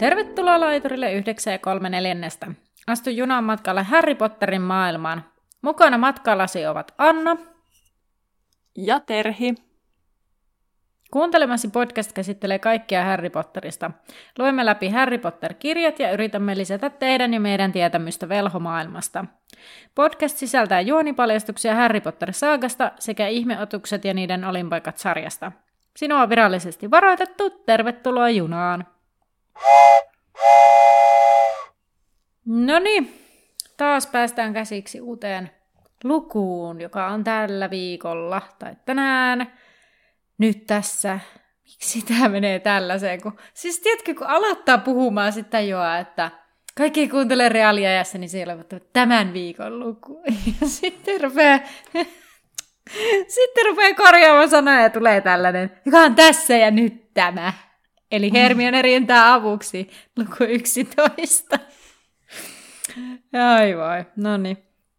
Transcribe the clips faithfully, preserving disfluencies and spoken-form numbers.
Tervetuloa laiturille yhdeksän ja kolme neljännestä. Astu junan matkalle Harry Potterin maailmaan. Mukana matkallasi ovat Anna ja Terhi. Kuuntelemasi podcast käsittelee kaikkia Harry Potterista. Luemme läpi Harry Potter-kirjat ja yritämme lisätä teidän ja meidän tietämystä velhomaailmasta. Podcast sisältää juonipaljastuksia Harry Potter-saagasta sekä ihmeotukset ja niiden olinpaikat sarjasta. Sinua on virallisesti varoitettu. Tervetuloa junaan! No niin, taas päästään käsiksi uuteen lukuun, joka on tällä viikolla tai tänään. Nyt tässä. Miksi tämä menee tällaiseen? Kun... Siis tiedätkö, kun aloittaa puhumaan, sitten tajuaa, että kaikki kuuntelee reaaliajassa, niin siellä on tämän viikon luku. Ja sitten rupeaa, sitten rupeaa korjaamaan sanoja ja tulee tällainen, joka on tässä ja nyt tämä. Eli Hermione rientää avuksi, luku yksitoista. Ai voi, no niin.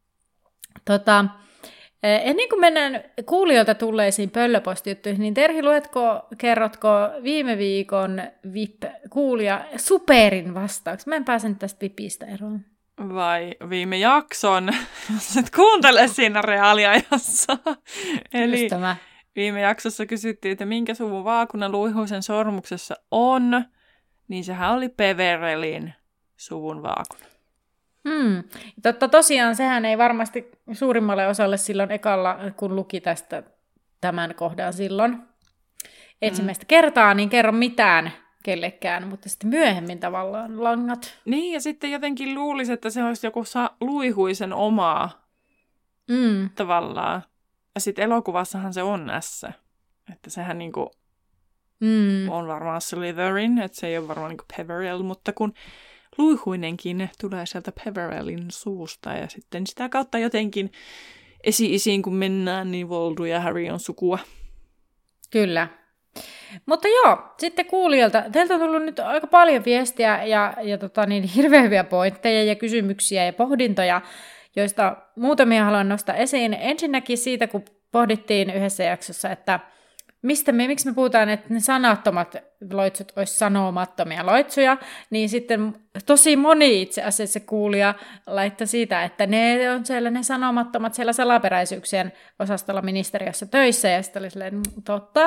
Tota, ennen kuin mennään kuulijoilta tulleisiin pöllöpostijuttuihin, niin Terhi, luetko, kerrotko viime viikon V I P-kuulija Superin vastauksen? Mä en pääse nyt tästä Vipistä eroon. Vai viime jakson, jos et kuuntele siinä reaaliajassa. Eli viime jaksossa kysyttiin, että minkä suvun vaakuna Luihuisen sormuksessa on, niin sehän oli Peverellin suvun vaakuna. Hmm. Totta tosiaan, sehän ei varmasti suurimmalle osalle silloin ekalla, kun luki tästä tämän kohdan silloin ensimmäistä hmm. kertaa, niin kerro mitään kellekään, mutta sitten myöhemmin tavallaan langat. Niin, ja sitten jotenkin luulisi, että se olisi joku sa- Luihuisen omaa hmm. tavallaan. Ja sitten elokuvassahan se on näissä. Että sehän niinku hmm. on varmaan Slytherin, että se ei ole varmaan niinku Peverell, mutta kun Luihuinenkin tulee sieltä Peverellin suusta ja sitten sitä kautta jotenkin esi-isiin kun mennään, niin Voldu ja Harry on sukua. Kyllä. Mutta joo, sitten kuulijoilta. Teiltä on tullut nyt aika paljon viestiä ja, ja tota, niin, hirveän hyviä pointteja ja kysymyksiä ja pohdintoja, joista muutamia haluan nostaa esiin. Ensinnäkin siitä, kun pohdittiin yhdessä jaksossa, että mistä me, miksi me puhutaan, että ne sanattomat loitsut olisi sanomattomia loitsuja, niin sitten tosi moni itse asiassa kuulija laittoi siitä, että ne on siellä ne sanomattomat siellä salaperäisyyksien osastolla ministeriössä töissä, ja sitten oli silleen, totta.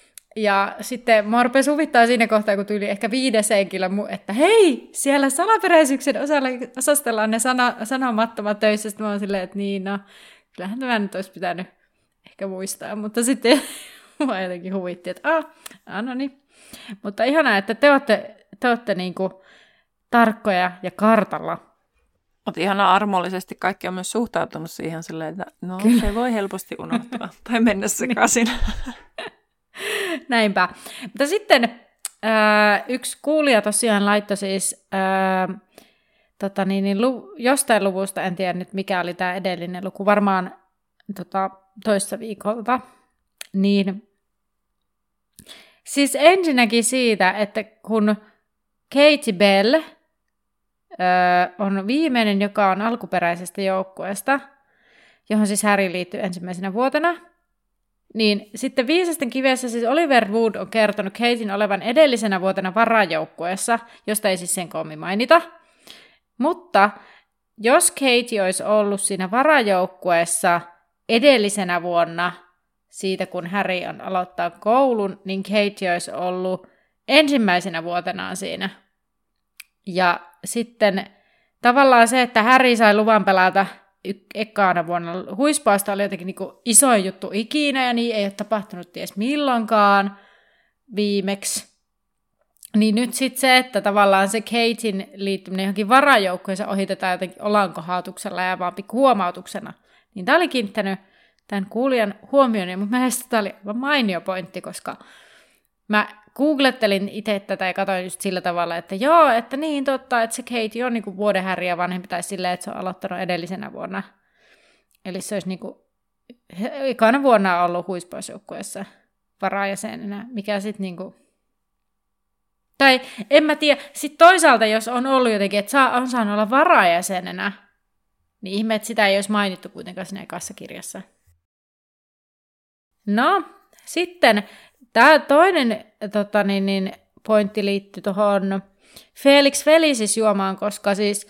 Ja sitten mua rupesi huvittaa siinä kohtaa, kun tuli ehkä viides henkilö, että hei, siellä salaperäisyyksien osastolla on ne sana, sanomattomat töissä. Sitten mä oon silleen, että niin, no, kyllähän tämä nyt olisi pitänyt ehkä muistaa, mutta sitten mua jotenkin huvitti, että ah, ah no niin. Mutta ihanaa, että te olette, te olette niinku tarkkoja ja kartalla. Mutta ihanaa armollisesti kaikki on myös suhtautunut siihen silleen, että no Kyllä. se voi helposti unohtua tai mennä sekaisin. Näinpä. Mutta sitten äh, yksi kuulija tosiaan laittoi siis äh, tota niin, niin, lu, jostain luvusta, en tiedä nyt mikä oli tämä edellinen luku, varmaan tota, toissa viikolta, niin siis ensinnäkin siitä, että kun Katie Bell öö, on viimeinen, joka on alkuperäisestä joukkueesta, johon siis Harry liittyy ensimmäisenä vuotena, niin sitten Viisasten kivessä siis Oliver Wood on kertonut Katien olevan edellisenä vuotena varajoukkueessa, josta ei siis sen koommin mainita. Mutta jos Katie olisi ollut siinä varajoukkueessa edellisenä vuonna, siitä kun Harry on aloittaa koulun, niin Katie olisi ollut ensimmäisenä vuotenaan siinä. Ja sitten tavallaan se, että Harry sai luvan pelata y- ekkaana vuonna huispausta, oli jotenkin niinku isoin juttu ikinä, ja niin ei ole tapahtunut ties milloinkaan viimeksi. Niin nyt sitten se, että tavallaan se Katien liittyminen johonkin varajoukkoihin ohitetaan jotenkin olankohautuksella ja vaan pikku huomautuksena, niin tämä oli kiinnittänyt tämän kuulijan huomioon, ja mun mielestä tämä oli aivan mainio pointti, koska mä googlettelin itse tätä ja katsoin just sillä tavalla, että joo, että niin totta, että se Katie on niinku vuoden Harryä vanhempi tai silleen, että se on aloittanut edellisenä vuonna. Eli se olisi niinku ekana vuonna ollut huispausjoukkueessa varajäsenenä, mikä sitten niinku tai en mä tiedä, sitten toisaalta jos on ollut jotenkin, että saa, on saanut olla varajäsenenä, niin ihme, että sitä ei olisi mainittu kuitenkaan siinä ekassa kirjassa. No, sitten tämä toinen tota, niin, niin, pointti liittyy tuohon Felix Felicis juomaan, koska siis,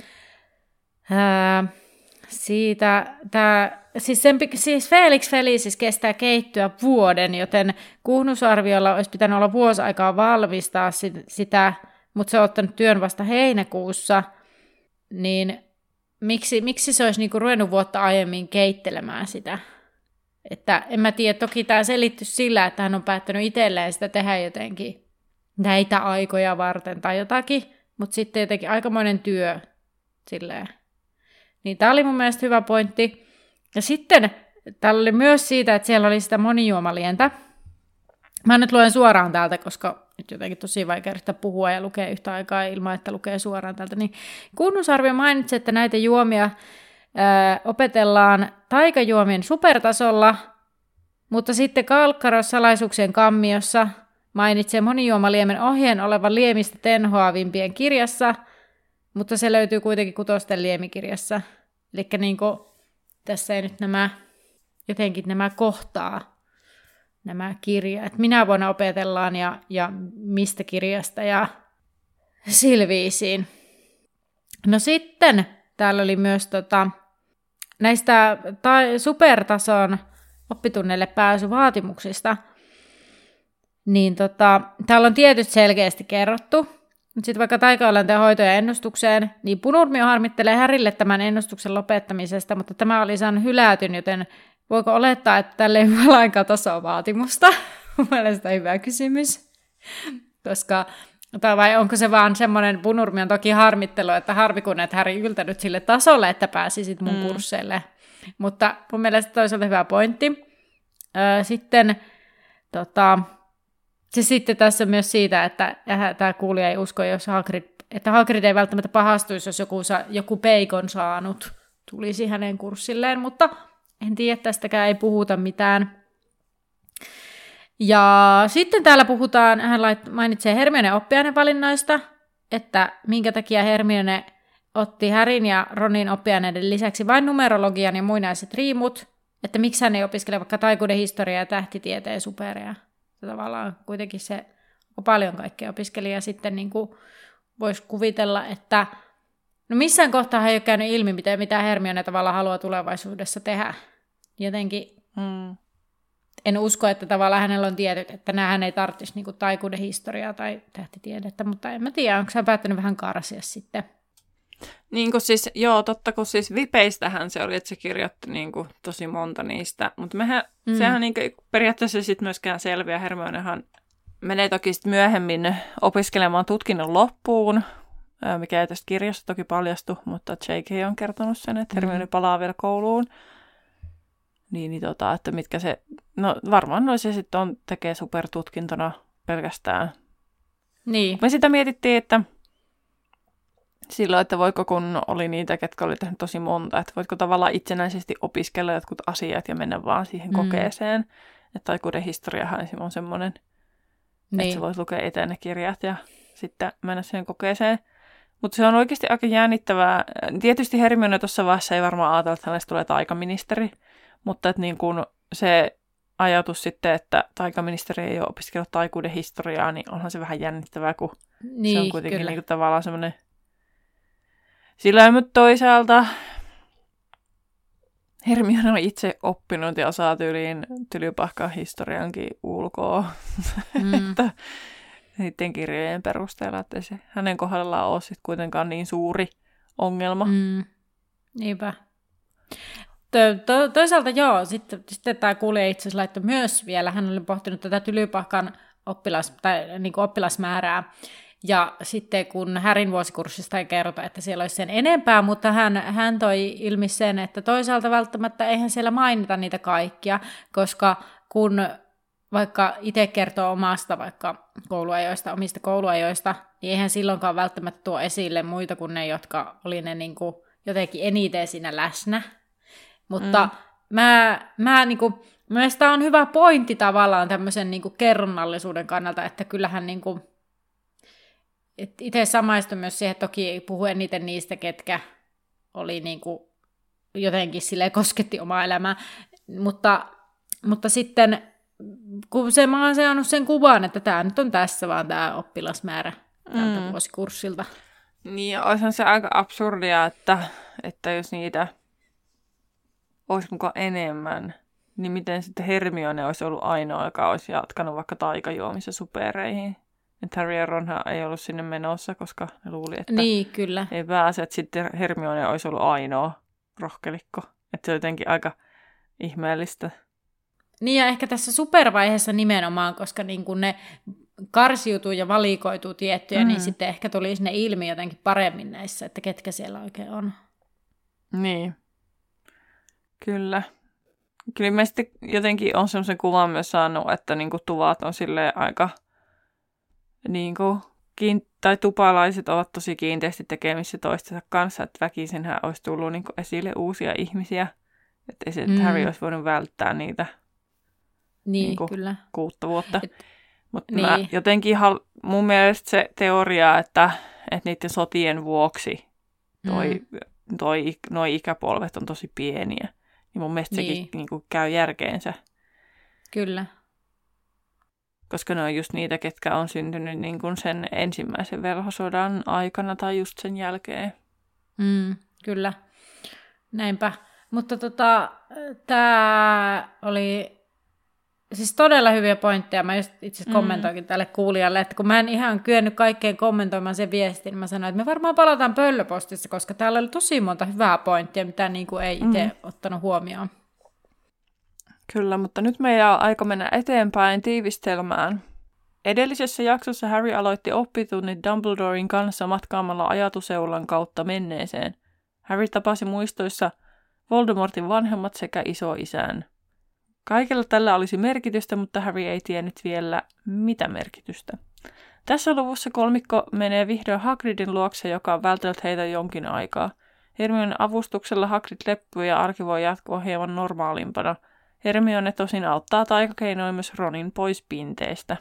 ää, siitä, tää, siis, sen, siis Felix Felicis kestää keittyä vuoden, joten kuhnusarviolla olisi pitänyt olla vuosi aikaa valmistaa sit, sitä, mutta se on ottanut työn vasta heinäkuussa, niin miksi, miksi se olisi niinku ruvennut vuotta aiemmin keittelemään sitä? Että en mä tiedä, toki tämä selittyy sillä, että hän on päättänyt itselleen sitä tehdä jotenkin näitä aikoja varten tai jotakin, mutta sitten jotenkin aikamoinen työ silleen. Niin tämä oli mun mielestä hyvä pointti. Ja sitten täällä oli myös siitä, että siellä oli sitä monijuomalientä. Mä nyt luen suoraan täältä, koska nyt jotenkin tosi vaikea yrittää puhua ja lukea yhtä aikaa ilman, että lukee suoraan täältä. Niin kunnusarvio mainitsi, että näitä juomia ää, opetellaan taikajuomien supertasolla, mutta sitten Kalkkaros salaisuuksien kammiossa mainitsee monijuomaliemen ohjeen olevan liemistä tenhoavimpien kirjassa, mutta se löytyy kuitenkin Kutosten liemikirjassa. Eli niin kuin, tässä ei nyt nämä, jotenkin nämä kohtaa, nämä kirjat. Minä vuonna opetellaan ja, ja mistä kirjasta ja silviisiin. No sitten täällä oli myös tota, näistä ta- supertason oppitunneille pääsyvaatimuksista. Niin tota, täällä on tietyt selkeästi kerrottu. Mutta sitten vaikka taikaeläinten hoito ja ennustukseen, niin Punurmio harmittelee Härille tämän ennustuksen lopettamisesta, mutta tämä oli saanut hylätyn, joten voiko olettaa, että tälle ei ole lainkaan tasovaatimusta? Mun mielestä hyvä kysymys. Koska, vai onko se vaan semmoinen Punurmion toki harmittelu, että harvi kun et Häri yltänyt sille tasolle, että pääsisit mun mm. kursseille. Mutta mun mielestä toisaalta hyvä pointti. Sitten tota... Se sitten tässä myös siitä, että tämä kuulija ei usko, jos Hagrid, että Hagrid ei välttämättä pahastuisi, jos joku, joku peikon saanut tulisi hänen kurssilleen, mutta en tiedä, tästäkään ei puhuta mitään. Ja sitten täällä puhutaan, hän mainitsee Hermione oppiainevalinnoista, että minkä takia Hermione otti Harryn ja Ronin oppiaineiden lisäksi vain numerologian ja muinaiset riimut, että miksi hän ei opiskele vaikka taikuuden historiaa ja tähtitieteen superia. Tavallaan kuitenkin se on paljon kaikkea opiskelija sitten niin kuin voisi kuvitella, että no missään kohtaa ei ole käynyt ilmi, miten, mitä Hermione tavallaan haluaa tulevaisuudessa tehdä. Jotenkin mm. en usko, että tavallaan hänellä on tietyt, että näähän ei tarvitsisi niin kuin taikuuden historiaa tai tähtitiedettä, mutta en mä tiedä, onko hän päättänyt vähän karsia sitten. Niin kuin siis, joo, totta, kun siis vipeistähän se oli, että se kirjoitti niin kuin tosi monta niistä, mutta mehän, mm. sehän niin kuin, periaatteessa sitten myöskään selviä. Hermionehan menee toki sitten myöhemmin opiskelemaan tutkinnon loppuun, mikä ei tästä kirjasta toki paljastu, mutta J K on kertonut sen, että Hermione palaa vielä kouluun. Niin, niin tota, että mitkä se, no varmaan no se sitten on, tekee supertutkintona pelkästään. Niin. Me sitä mietittiin, että silloin, että voiko, kun oli niitä, ketkä oli tehnyt tosi monta, että voitko tavallaan itsenäisesti opiskella jotkut asiat ja mennä vaan siihen mm. kokeeseen. Että taikuuden historiahan on semmoinen, niin. että sä voit lukea eteen ne kirjat ja sitten mennä siihen kokeeseen. Mutta se on oikeasti aika jännittävää. Tietysti Hermione tuossa vaiheessa ei varmaan ajatella, että hänestä tulee taikaministeri, mutta että niin kun se ajatus sitten, että taikaministeri ei ole opiskellut taikuuden historiaa, niin onhan se vähän jännittävää, kun niin, se on kuitenkin niin kuin tavallaan semmoinen. Sillä mutta toisaalta Hermione on itse oppinut ja osaa tyyliin Tylypahkan historiankin ulkoa. Mm. että niiden kirjojen perusteella, että se hänen kohdallaan ole sitten kuitenkaan niin suuri ongelma. Mm. Niinpä. To- to- toisaalta joo, sitten, sitten tämä kuulija itse asiassa laittoi myös vielä, hän oli pohtinut tätä Tylypahkan oppilas, tai, niin kuin oppilasmäärää. Ja sitten kun Harryn vuosikurssista ei kerrota, että siellä olisi sen enempää, mutta hän, hän toi ilmi sen, että toisaalta välttämättä eihän siellä mainita niitä kaikkia, koska kun vaikka itse kertoo omasta vaikka kouluajoista, omista kouluajoista, niin eihän silloinkaan välttämättä tuo esille muita kuin ne, jotka oli ne niin kuin jotenkin eniten siinä läsnä. Mutta mm. mä, mä niin kuin, mielestäni tämä on hyvä pointti tavallaan tämmöisen niin kuin kerronnallisuuden kannalta, että kyllähän niin kuin itse samaistun myös siihen, että toki puhu eniten niistä, ketkä oli niin kuin jotenkin silleen kosketti omaa elämää, mutta, mutta sitten kun se, mä oon saanut sen kuvan, että tämä nyt on tässä vaan tämä oppilasmäärä, tältä mm. vuosikurssilta. Niin, ja olisihan se aika absurdia, että, että jos niitä olisi mukaan enemmän, niin miten sitten Hermione olisi ollut ainoa, joka olisi jatkanut vaikka taikajuomissa supereihin. Että Harry ja Ronhan ei ollut sinne menossa, koska ne luuli, että niin, kyllä. ei pääse. Että sitten Hermione olisi ollut ainoa rohkelikko. Että se on jotenkin aika ihmeellistä. Niin ja ehkä tässä supervaiheessa nimenomaan, koska niin kun ne karsiutuu ja valikoituu tiettyjä, mm. niin sitten ehkä tulisi ne ilmi jotenkin paremmin näissä, että ketkä siellä oikein on. Niin. Kyllä. Kyllä mä sitten jotenkin on semmoisen kuvan myös saanut, että niinku tuvat on silleen aika, niinku, kiin- tai tupalaiset ovat tosi kiinteästi tekemissä toistensa kanssa, että väkisinhän olisi tullut niinku esille uusia ihmisiä, että ei se, että mm. Harry olisi voinut välttää niitä niin, niinku, kyllä. kuutta vuotta. Mutta niin. jotenkin hal- mun mielestä se teoria, että, että niiden sotien vuoksi toi, mm. toi, noi ikäpolvet on tosi pieniä. Niin mun mielestä niin. sekin niin kuin, käy järkeensä. Kyllä. Koska ne on just niitä, ketkä on syntynyt niin kuin sen ensimmäisen velhosodan aikana tai just sen jälkeen. Mm, kyllä. Näinpä. Mutta tota, tämä oli siis todella hyviä pointteja. Mä just itse asiassa kommentoinkin mm. tälle kuulijalle, että kun mä en ihan kyennyt kaikkeen kommentoimaan sen viestin, niin mä sanoin, että me varmaan palataan pöllöpostissa, koska täällä oli tosi monta hyvää pointtia, mitä niin kuin ei itse mm. ottanut huomioon. Kyllä, mutta nyt meidän on aika mennä eteenpäin tiivistelmään. Edellisessä jaksossa Harry aloitti oppitunnit Dumbledoren kanssa matkaamalla ajatuseulan kautta menneeseen. Harry tapasi muistoissa Voldemortin vanhemmat sekä isoisän. Kaikella tällä olisi merkitystä, mutta Harry ei tiennyt vielä mitä merkitystä. Tässä luvussa kolmikko menee vihdoin Hagridin luokse, joka on vältellyt heitä jonkin aikaa. Hermionen avustuksella Hagrid leppyy ja arki voi jatkua hieman normaalimpana. Hermione tosin auttaa taikakeinoin myös Ronin pois pinteestä.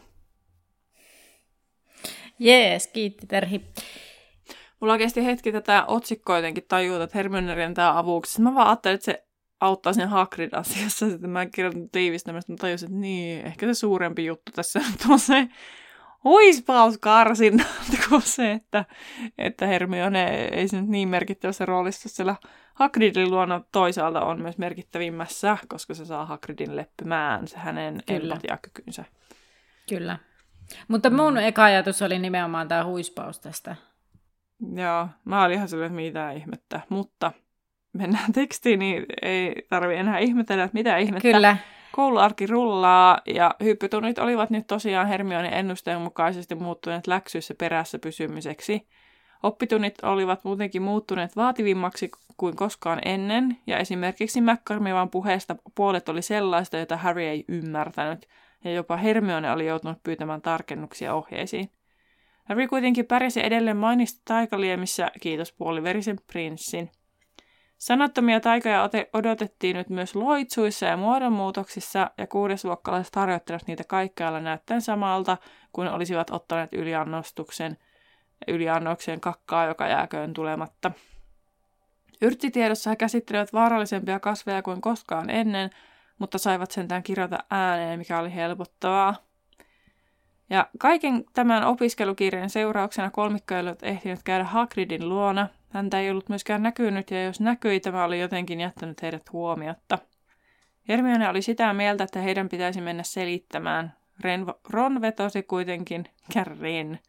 Jees, kiitti Terhi. Mulla kesti hetki tätä otsikkoa jotenkin tajuta, että Hermione rientää avuksi. Mä vaan ajattelin, että se auttaa sen Hagrid-asiassa. Sitten mä kirjoitin tiivistämästä, mutta tajusin, että niin, ehkä se suurempi juttu tässä on se huispauskarsinta, kuin se, että, että Hermione ei se nyt niin merkittävässä roolissa siellä Hagridin luona toisaalta on myös merkittävimmässä, koska se saa Hagridin leppymään, se hänen empatiakykynsä. Kyllä. Mutta mun mm. eka ajatus oli nimenomaan tämä huispaus tästä. Joo, mä olin ihan sellainen, että mitä ihmettä, mutta mennään tekstiin, niin ei tarvi enää ihmetellä, että mitä ihmettä. Kyllä. Kouluarki rullaa ja hyppytunnit olivat nyt tosiaan Hermionen ennusteen mukaisesti muuttuneet läksyissä perässä pysymiseksi. Oppitunnit olivat muutenkin muuttuneet vaativimmaksi kuin koskaan ennen, ja esimerkiksi McCormivan puheesta puolet oli sellaista, jota Harry ei ymmärtänyt, ja jopa Hermione oli joutunut pyytämään tarkennuksia ohjeisiin. Harry kuitenkin pärjäsi edelleen mainista taikaliemissä, kiitos puoliverisen prinssin. Sanattomia taikoja odotettiin nyt myös loitsuissa ja muodonmuutoksissa, ja kuudesluokkalaiset harjoittelivat niitä kaikkialla näyttäen samalta, kuin olisivat ottaneet yliannostuksen, yliannokseen kakkaa, joka jääköön tulematta. Yrttitiedossa he käsittelivät vaarallisempia kasveja kuin koskaan ennen, mutta saivat sentään kirjoita ääneen, mikä oli helpottavaa. Ja kaiken tämän opiskelukirjan seurauksena kolmikko ei ollut ehtinyt käydä Hagridin luona. Häntä ei ollut myöskään näkynyt, ja jos näkyi, tämä oli jotenkin jättänyt heidät huomiotta. Hermione oli sitä mieltä, että heidän pitäisi mennä selittämään. Ren, Ron vetosi kuitenkin... Kärrin.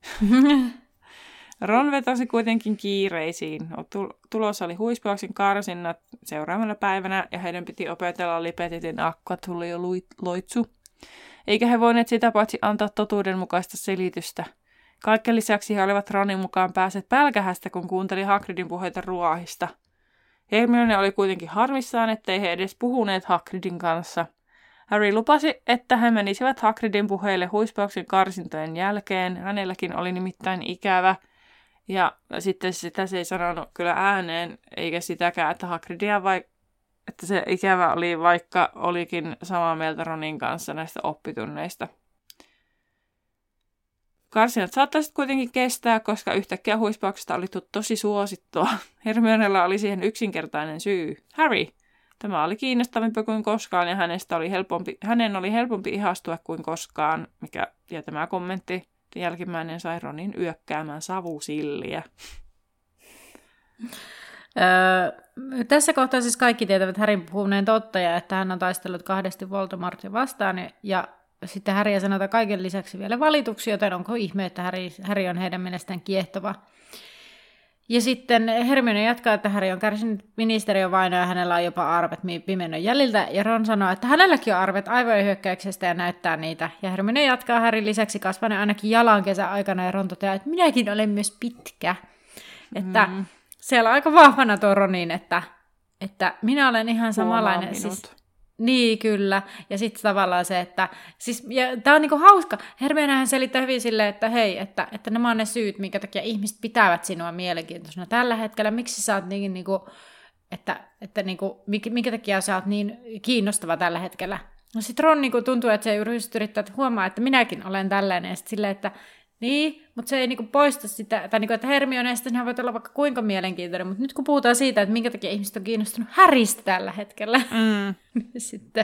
Ron vetosi kuitenkin kiireisiin. Tulossa oli huispauksen karsinnat seuraavana päivänä, ja heidän piti opetella Lipetitin Aquatuli ja Loitsu. Eikä he voineet sitä paitsi antaa totuudenmukaista selitystä. Kaiken lisäksi he olivat Ronin mukaan päässeet pälkähästä, kun kuunteli Hagridin puheita ruoahista. Hermione oli kuitenkin harmissaan, ettei he edes puhuneet Hagridin kanssa. Harry lupasi, että he menisivät Hagridin puheille huispauksen karsintojen jälkeen. Hänelläkin oli nimittäin ikävä. Ja sitten sitä se ei sanonut kyllä ääneen, eikä sitäkään, että Hagridia vai... että se ikävä oli, vaikka olikin samaa mieltä Ronin kanssa näistä oppitunneista. Karsinat saattaisivat kuitenkin kestää, koska yhtäkkiä huispauksesta oli tosi suosittua. Hermionella oli siihen yksinkertainen syy. Harry! Tämä oli kiinnostavampi kuin koskaan ja hänestä oli helpompi, hänen oli helpompi ihastua kuin koskaan. Mikä, ja tämä kommentti jälkimmäinen sai Ronin yökkäämään savusilliä. Öö, tässä kohtaa siis kaikki tietävät Harryn puhuneen totta ja että hän on taistellut kahdesti Voldemortia vastaan ja sitten Harry sanotaan kaiken lisäksi vielä valituksi, joten onko ihme, että Harry, Harry on heidän mielestään kiehtova. Ja sitten Hermione jatkaa, että Harry on kärsinyt ministeriövainoa ja hänellä on jopa arvet pimenon jäljiltä. Ja Ron sanoo, että hänelläkin on arvet aivojen hyökkäyksestä ja näyttää niitä. Ja Hermione jatkaa Harryn lisäksi kasvaneen ainakin jalan kesän aikana ja Ron toteaa, että minäkin olen myös pitkä. Että mm. siellä on aika vahvana tuo Ronin, että, että minä olen ihan samanlainen. Siis, niin, kyllä. Ja sitten tavallaan se, että... Siis, tämä on niinku hauska. Hermionehän selittää hyvin silleen, että hei, että, että nämä on ne syyt, minkä takia ihmiset pitävät sinua mielenkiintoisena tällä hetkellä. Miksi sä oot niin, niinku, että, että niinku, minkä takia sä oot niin kiinnostava tällä hetkellä. No sit Ron niinku tuntuu, että se juuri yrittää huomaa, että minäkin olen tällainen. Ja sitten silleen, että niin, mutta se ei niinku poista sitä, tai niinku, että Hermioneista sinä voit olla vaikka kuinka mielenkiintoinen, mutta nyt kun puhutaan siitä, että minkä takia ihmiset on kiinnostunut Harrystä tällä hetkellä, mm. sitten.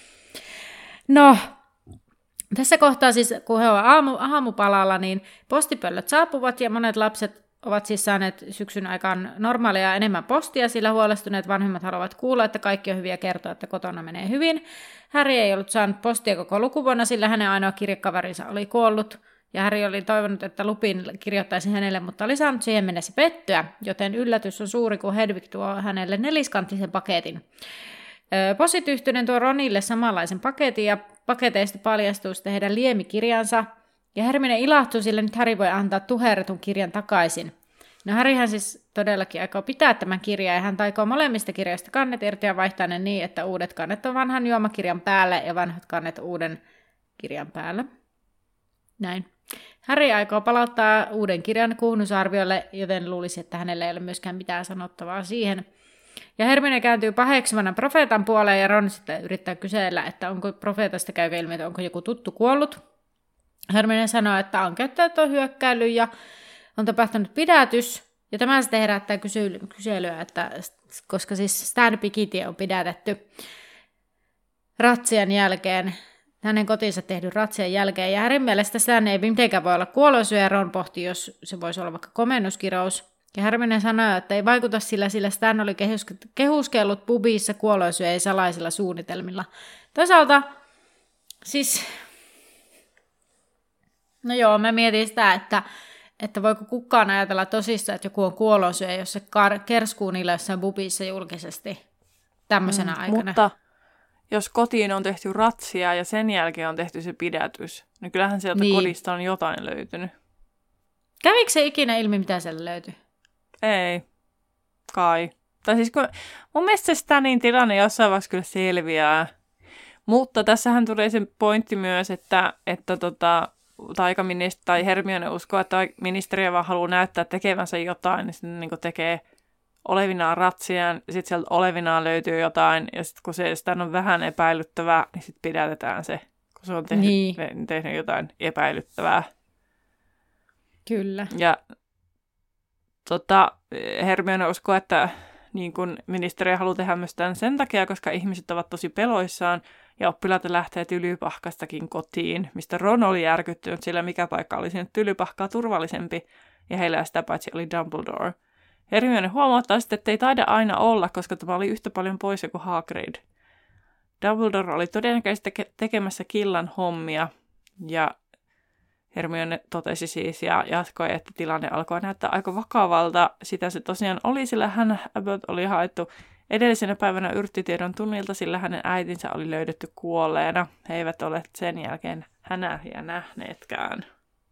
No, tässä kohtaa siis, kun he ovat aamu, aamupalalla, niin postipöllöt saapuvat ja monet lapset ovat siis saaneet syksyn aikaan normaalia enemmän postia, sillä huolestuneet vanhemmat haluavat kuulla, että kaikki on hyviä ja kertoa, että kotona menee hyvin. Harry ei ollut saanut postia koko lukuvuonna, sillä hänen ainoa kirjekaverinsa oli kuollut. Ja Harry oli toivonut, että Lupin kirjoittaisi hänelle, mutta oli saanut siihen mennessä pettyä, joten yllätys on suuri, kun Hedwig tuo hänelle neliskanttisen paketin. Posityhtynen tuo Ronille samanlaisen paketin, ja paketeista paljastuu sitten heidän liemikirjansa. Ja Hermione ilahtuu, sillä nyt Harry voi antaa tuherretun kirjan takaisin. No Harryhän siis todellakin aikoo pitää tämän kirjan, ja hän taikoo molemmista kirjoista kannet irti ja vaihtaa ne niin, että uudet kannet on vanhan juomakirjan päälle ja vanhat kannet uuden kirjan päällä. Näin. Harry aikoo palauttaa uuden kirjan Kuhnusarviolle, joten luulisi, että hänellä ei ole myöskään mitään sanottavaa siihen. Ja Hermione kääntyy paheksuvana profeetan puoleen ja Ron sitten yrittää kysellä, että onko profeetasta käyvä ilmi, että onko joku tuttu kuollut. Hermione sanoo, että ankeuttajat on hyökkäily ja on tapahtunut pidätys. Ja tämä sitten herättää kysy- kyselyä, että koska siis Stan Pikitty on pidätetty ratsian jälkeen. Hänen kotinsa tehdyn ratsian jälkeen, ja Harryn mielestä Stan ei mitenkään voi olla kuolosyö, ja Ron pohti, jos se voisi olla vaikka komennuskirous. Ja Hermione sanoi, että ei vaikuta sillä, sillä Stan oli kehuskellut pubissa kuolosyö ja salaisilla suunnitelmilla. Toisaalta, siis, no joo, mä mietin sitä, että, että voiko kukaan ajatella tosissaan, että joku on kuolosyö, jos se kar- kerskuu niillä jossain pubissa julkisesti tämmöisenä mm, aikana. Mutta jos kotiin on tehty ratsia ja sen jälkeen on tehty se pidätys, niin kyllähän sieltä niin. kodista on jotain löytynyt. Kävikö se ikinä ilmi, mitä siellä löytyi? Ei. Kai. Tai siis kun, mun mielestä se Stanin tilanne jossain vaiheessa kyllä selviää. Mutta tässähän tulee se pointti myös, että, että tota, taikaministeri tai Hermione uskoo, että ministeriö vaan haluaa näyttää tekevänsä jotain, niin sitten niin tekee olevinaan ratsiaan, ja sitten sieltä olevinaan löytyy jotain, ja sitten kun se Stan on vähän epäilyttävää, niin sitten pidätetään se, kun se on tehnyt, niin. tehnyt jotain epäilyttävää. Kyllä. Ja tota, Hermione uskoo, että niin kun ministeriö haluaa tehdä myös tämän sen takia, koska ihmiset ovat tosi peloissaan, ja oppilaat lähtee Tylypahkastakin kotiin, mistä Ron oli järkyttynyt, sillä mikä paikka oli sinne Tylypahkaa turvallisempi, ja heillä sitä paitsi oli Dumbledore. Hermione huomauttaa sitten, että ei taida aina olla, koska tämä oli yhtä paljon pois kuin Hagrid. Dumbledore oli todennäköisesti tekemässä killan hommia, ja Hermione totesi siis ja jatkoi, että tilanne alkoi näyttää aika vakavalta. Sitä se tosiaan oli, sillä hän Abbott oli haettu edellisenä päivänä yrttitiedon tunnilta, sillä hänen äitinsä oli löydetty kuolleena. He eivät ole sen jälkeen hänähiä nähneetkään.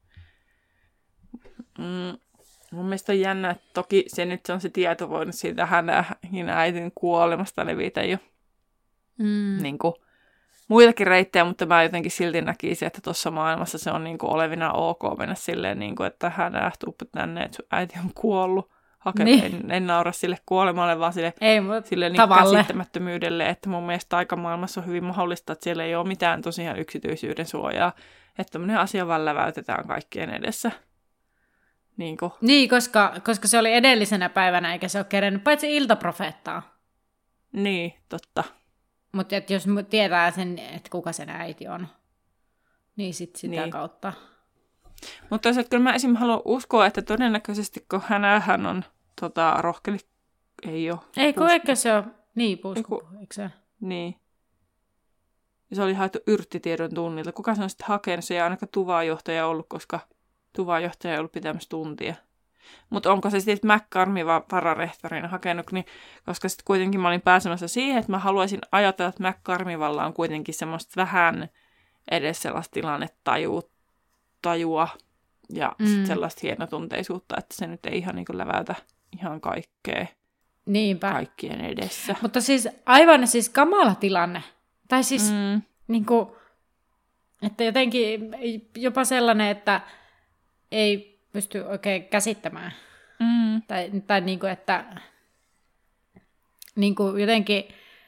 Mm. Mun mielestä on jännä, että toki se nyt on se tieto voinut siitä hänen äitin kuolemasta levitä jo mm. niin kuin muitakin reittejä, mutta mä jotenkin silti näkisin, että tuossa maailmassa se on niin kuin olevina ok mennä silleen, niin kuin, että hän lähtuu tänne, että sun äiti on kuollut. Hake, niin. en, en naura sille kuolemalle, vaan sille, ei, sille niin käsittämättömyydelle, että mun mielestä aikamaailmassa on hyvin mahdollista, että siellä ei ole mitään tosiaan yksityisyyden suojaa, että tämmöinen asia vaan läväytetään kaikkien edessä. Niin, niin koska, koska se oli edellisenä päivänä, eikä se ole kerennyt, paitsi iltaprofeettaa. Niin, totta. Mutta jos tietää sen, että kuka sen äiti on, niin sitten sitä niin. kautta. Mutta jos, kyllä mä esim. Haluan uskoa, että todennäköisesti kun hänähän on tota, rohkeli, ei ole. Ei kun eikä se ole, niin puuskupu, eikö se? Niin. Ja se oli haettu yrttitiedon tunnilta. Kuka se on sitten hakenut? Se ei ainakaan tuvajohtaja ollut, koska tuvajohtaja ei ollut pitämässä tuntia. Mutta onko se sitten McCarmi vararehtorina hakenut, niin, koska sitten kuitenkin mä olin pääsemässä siihen, että mä haluaisin ajatella, että McCarmivalla on kuitenkin semmoista vähän edes sellaista tilannetajua ja mm. sit sellaista hienotunteisuutta, että se nyt ei ihan niin kuin läväytä ihan kaikkea Niinpä. kaikkien edessä. Mutta siis aivan siis kamala tilanne. Tai siis mm. niin kuin, että jotenkin jopa sellainen, että ei pysty oikein käsittämään. Mm. Tai, tai niin kuin, että niin kuin jotenkin,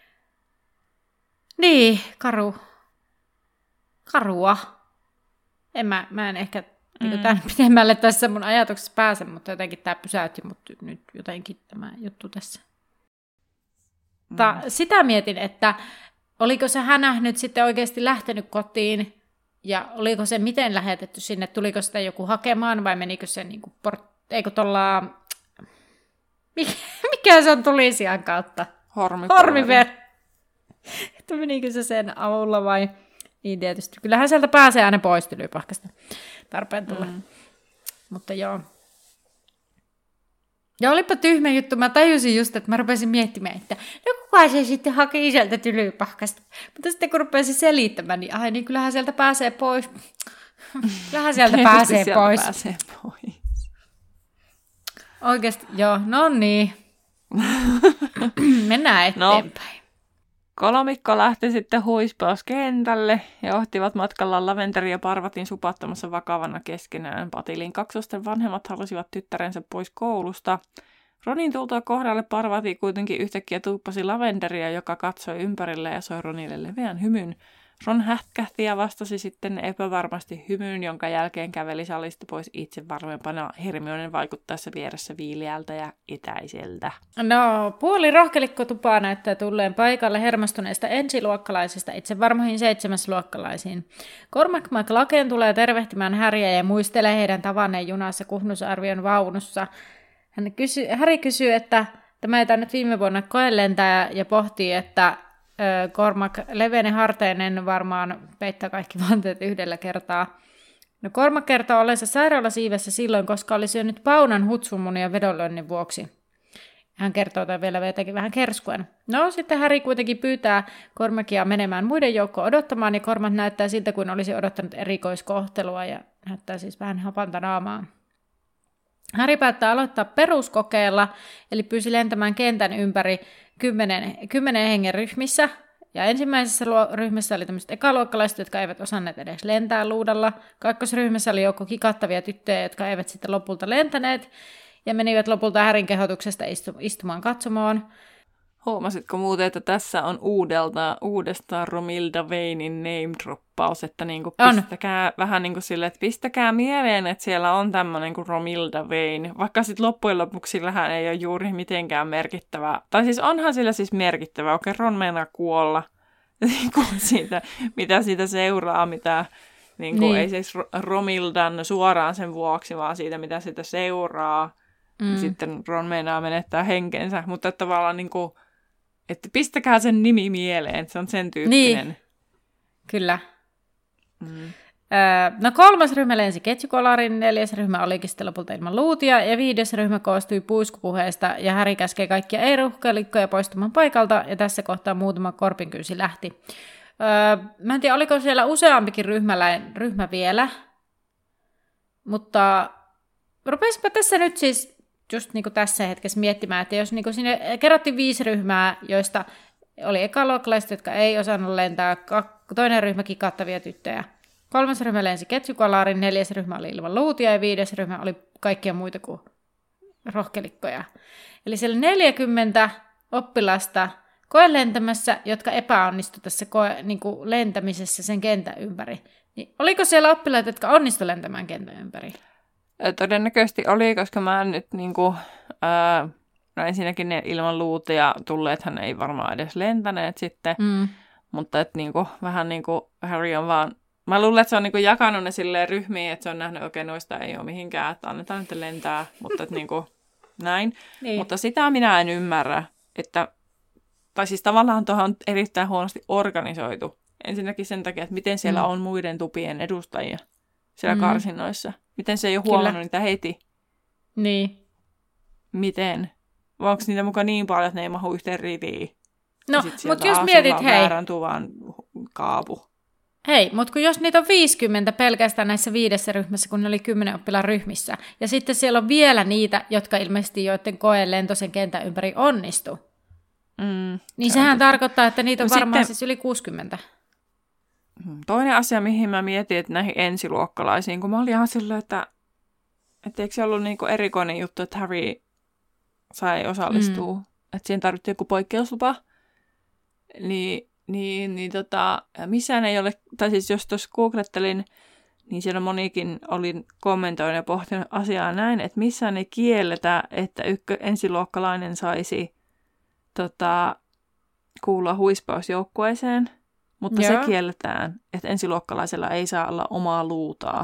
niin, karu. Karua. En mä, mä en ehkä niin kuin tämän pidemmälle tässä mun ajatuksessa pääse, mutta jotenkin tämä pysäytti mut nyt jotenkin tämä juttu tässä. Mm. Ta, sitä mietin, että oliko se hänä nyt sitten oikeasti lähtenyt kotiin, ja oliko se miten lähetetty sinne, tuliko sitä joku hakemaan, vai menikö se niin kuin port... eikö tuolla... Mikä se on tulisijan kautta? Hormiver. Että menikö se sen avulla vai... Niin tietysti. Kyllähän sieltä pääsee aina pois Tylypahkasta tarpeen tulla. Mm. Mutta joo. Ja olipa tyhmä juttu. Mä tajusin just, että mä rupesin miettimään, että no kuka se sitten haki sieltä Tylypahkasta. Mutta sitten kun rupesin selittämään, niin ai niin kyllähän sieltä pääsee pois. Kyllähän sieltä pääsee sieltä pois. pääsee pois. Oikeasti, joo. No niin. Mennään eteenpäin. No. Kolmikko lähti sitten huispauskentälle ja ohtivat matkalla Laventeri ja Parvatin supattamassa vakavana keskenään. Patilin kaksosten vanhemmat halusivat tyttärensä pois koulusta. Ronin tultua kohdalle Parvati kuitenkin yhtäkkiä tuuppasi Lavenderia, joka katsoi ympärille ja soi Ronille leveän hymyn. Ron hätkähti ja vastasi sitten epävarmasti hymyyn, jonka jälkeen käveli salista pois itse varmempana Hermionen vaikuttaessa vieressä viileältä ja etäiseltä. No, puoli rohkelikkotupaa näyttää tulleen paikalle hermostuneista ensiluokkalaisista itse varmoihin seitsemäsluokkalaisiin. Cormac McLaggen tulee tervehtimään Harryä ja muistelee heidän tavanneen junassa Kuhnusarvion vaunussa. Hän kysy, Harry kysyy, että tämä ei tainnut viime vuonna koelentää ja pohtii, että Cormac leveinen harteinen varmaan peittää kaikki vanteet yhdellä kertaa. No Cormac kertoo olleensa sairaalasiivessä silloin, koska oli syönyt paunan hutsumunia vedonlyönnin vuoksi. Hän kertoo tämän vielä jotenkin vähän kerskuen. No sitten Harry kuitenkin pyytää Cormacia menemään muiden joukkoon odottamaan, ja Cormac näyttää siltä, kuin olisi odottanut erikoiskohtelua, ja näyttää siis vähän hapanta naamaa. Harry päättää aloittaa peruskokeella, eli pyysi lentämään kentän ympäri kymmenen, kymmenen hengen ryhmissä. Ja ensimmäisessä ryhmässä oli tämmöiset ekaluokkalaiset, jotka eivät osanneet edes lentää luudalla. Kakkosryhmässä oli joukko kikattavia tyttöjä, jotka eivät sitten lopulta lentäneet. Ja menivät lopulta Harryn kehotuksesta istu, istumaan katsomoon. Huomasitko muuten, että tässä on uudelta, uudestaan Romilda Vanein name-droppaus, että niinku pistäkää vähän niin kuin silleen, että pistäkää mieleen, että siellä on tämmöinen kuin Romilda Vane, vaikka sitten loppujen lopuksi sillähän ei ole juuri mitenkään merkittävää. Tai siis onhan sillä siis merkittävää, okei, Ron meinaa kuolla, siitä, mitä siitä seuraa, mitä niin kuin, niin. Ei siis Romildan suoraan sen vuoksi, vaan siitä, mitä sitä seuraa. Mm. Sitten Ron meinaa menettää henkensä, mutta tavallaan niin kuin, että pistäkää sen nimi mieleen, se on sen tyyppinen. Niin, kyllä. Mm. Öö, no kolmas ryhmä lensi ketjukolarin, neljäs ryhmä olikin sitten lopulta ilman luutia, ja viides ryhmä koostui puiskupuheesta, ja Harry käskee kaikkia ei-ruhkelikkoja poistumaan paikalta, ja tässä kohtaa muutama korpinkyysi lähti. Öö, mä en tiedä, oliko siellä useampikin ryhmä, ryhmä vielä, mutta rupesipa tässä nyt siis just niin kuin tässä hetkessä miettimään, että jos niin kuin sinne kerrottiin viisi ryhmää, joista oli ekaluokkalaiset, jotka ei osannut lentää, toinen ryhmä kikattavia tyttöjä. Kolmas ryhmä lensi ketjukolarin, neljäs ryhmä oli ilman luutia ja viides ryhmä oli kaikkia muita kuin rohkelikkoja. Eli siellä neljäkymmentä oppilasta koelentämässä, jotka epäonnistuivat tässä koe, niin kuin lentämisessä sen kentän ympäri. Niin oliko siellä oppilaita, jotka onnistuivat lentämään kentän ympäri? Todennäköisesti oli, koska mä nyt niinku, ää, no ensinnäkin ne ilman luutia tulleethan ei varmaan edes lentäneet sitten, mm. mutta et niinku, vähän niin kuin Harry on vaan Mä luulen, että se on niinku jakanut ne silleen ryhmiin, että se on nähnyt, että okei, noista ei ole mihinkään, että annetaan nyt lentää, mutta että niinku näin. Niin. Mutta sitä minä en ymmärrä, että, tai siis tavallaan tuohon on erittäin huonosti organisoitu. Ensinnäkin sen takia, että miten siellä mm. on muiden tupien edustajia siellä mm. karsinnoissa. Miten se ei ole huomannut Kyllä. niitä heti. Niin. Miten? Vai onko niitä mukaan niin paljon, että ne ei mahu yhteen riviin? No, mutta jos mietit, hei. Väärääntuu vaan kaapu. Hei, mutta kun jos niitä on viisikymmentä pelkästään näissä viidessä ryhmässä, kun ne oli kymmenen oppilaan ryhmissä, ja sitten siellä on vielä niitä, jotka ilmeisesti joiden koe lentosen kentän ympäri onnistu, mm, niin se sehän on tarkoittaa, että niitä on no varmaan sitten, siis yli kuusikymmentä. Toinen asia, mihin mä mietin, että näihin ensiluokkalaisiin, kun mä olin ihan silleen, että, että eikö se ollut niinku erikoinen juttu, että Harry sai osallistua, mm. että siihen tarvittiin joku poikkeuslupa, niin Niin, niin tota, missään ei ole, tai siis jos tuossa googlettelin, niin siellä monikin oli kommentoinut ja pohtinut asiaa näin, että missään ei kielletä, että ykkö, ensiluokkalainen saisi tota, kuulua huispausjoukkueeseen, mutta Joo. se kielletään, että ensiluokkalaisella ei saa olla omaa luutaa.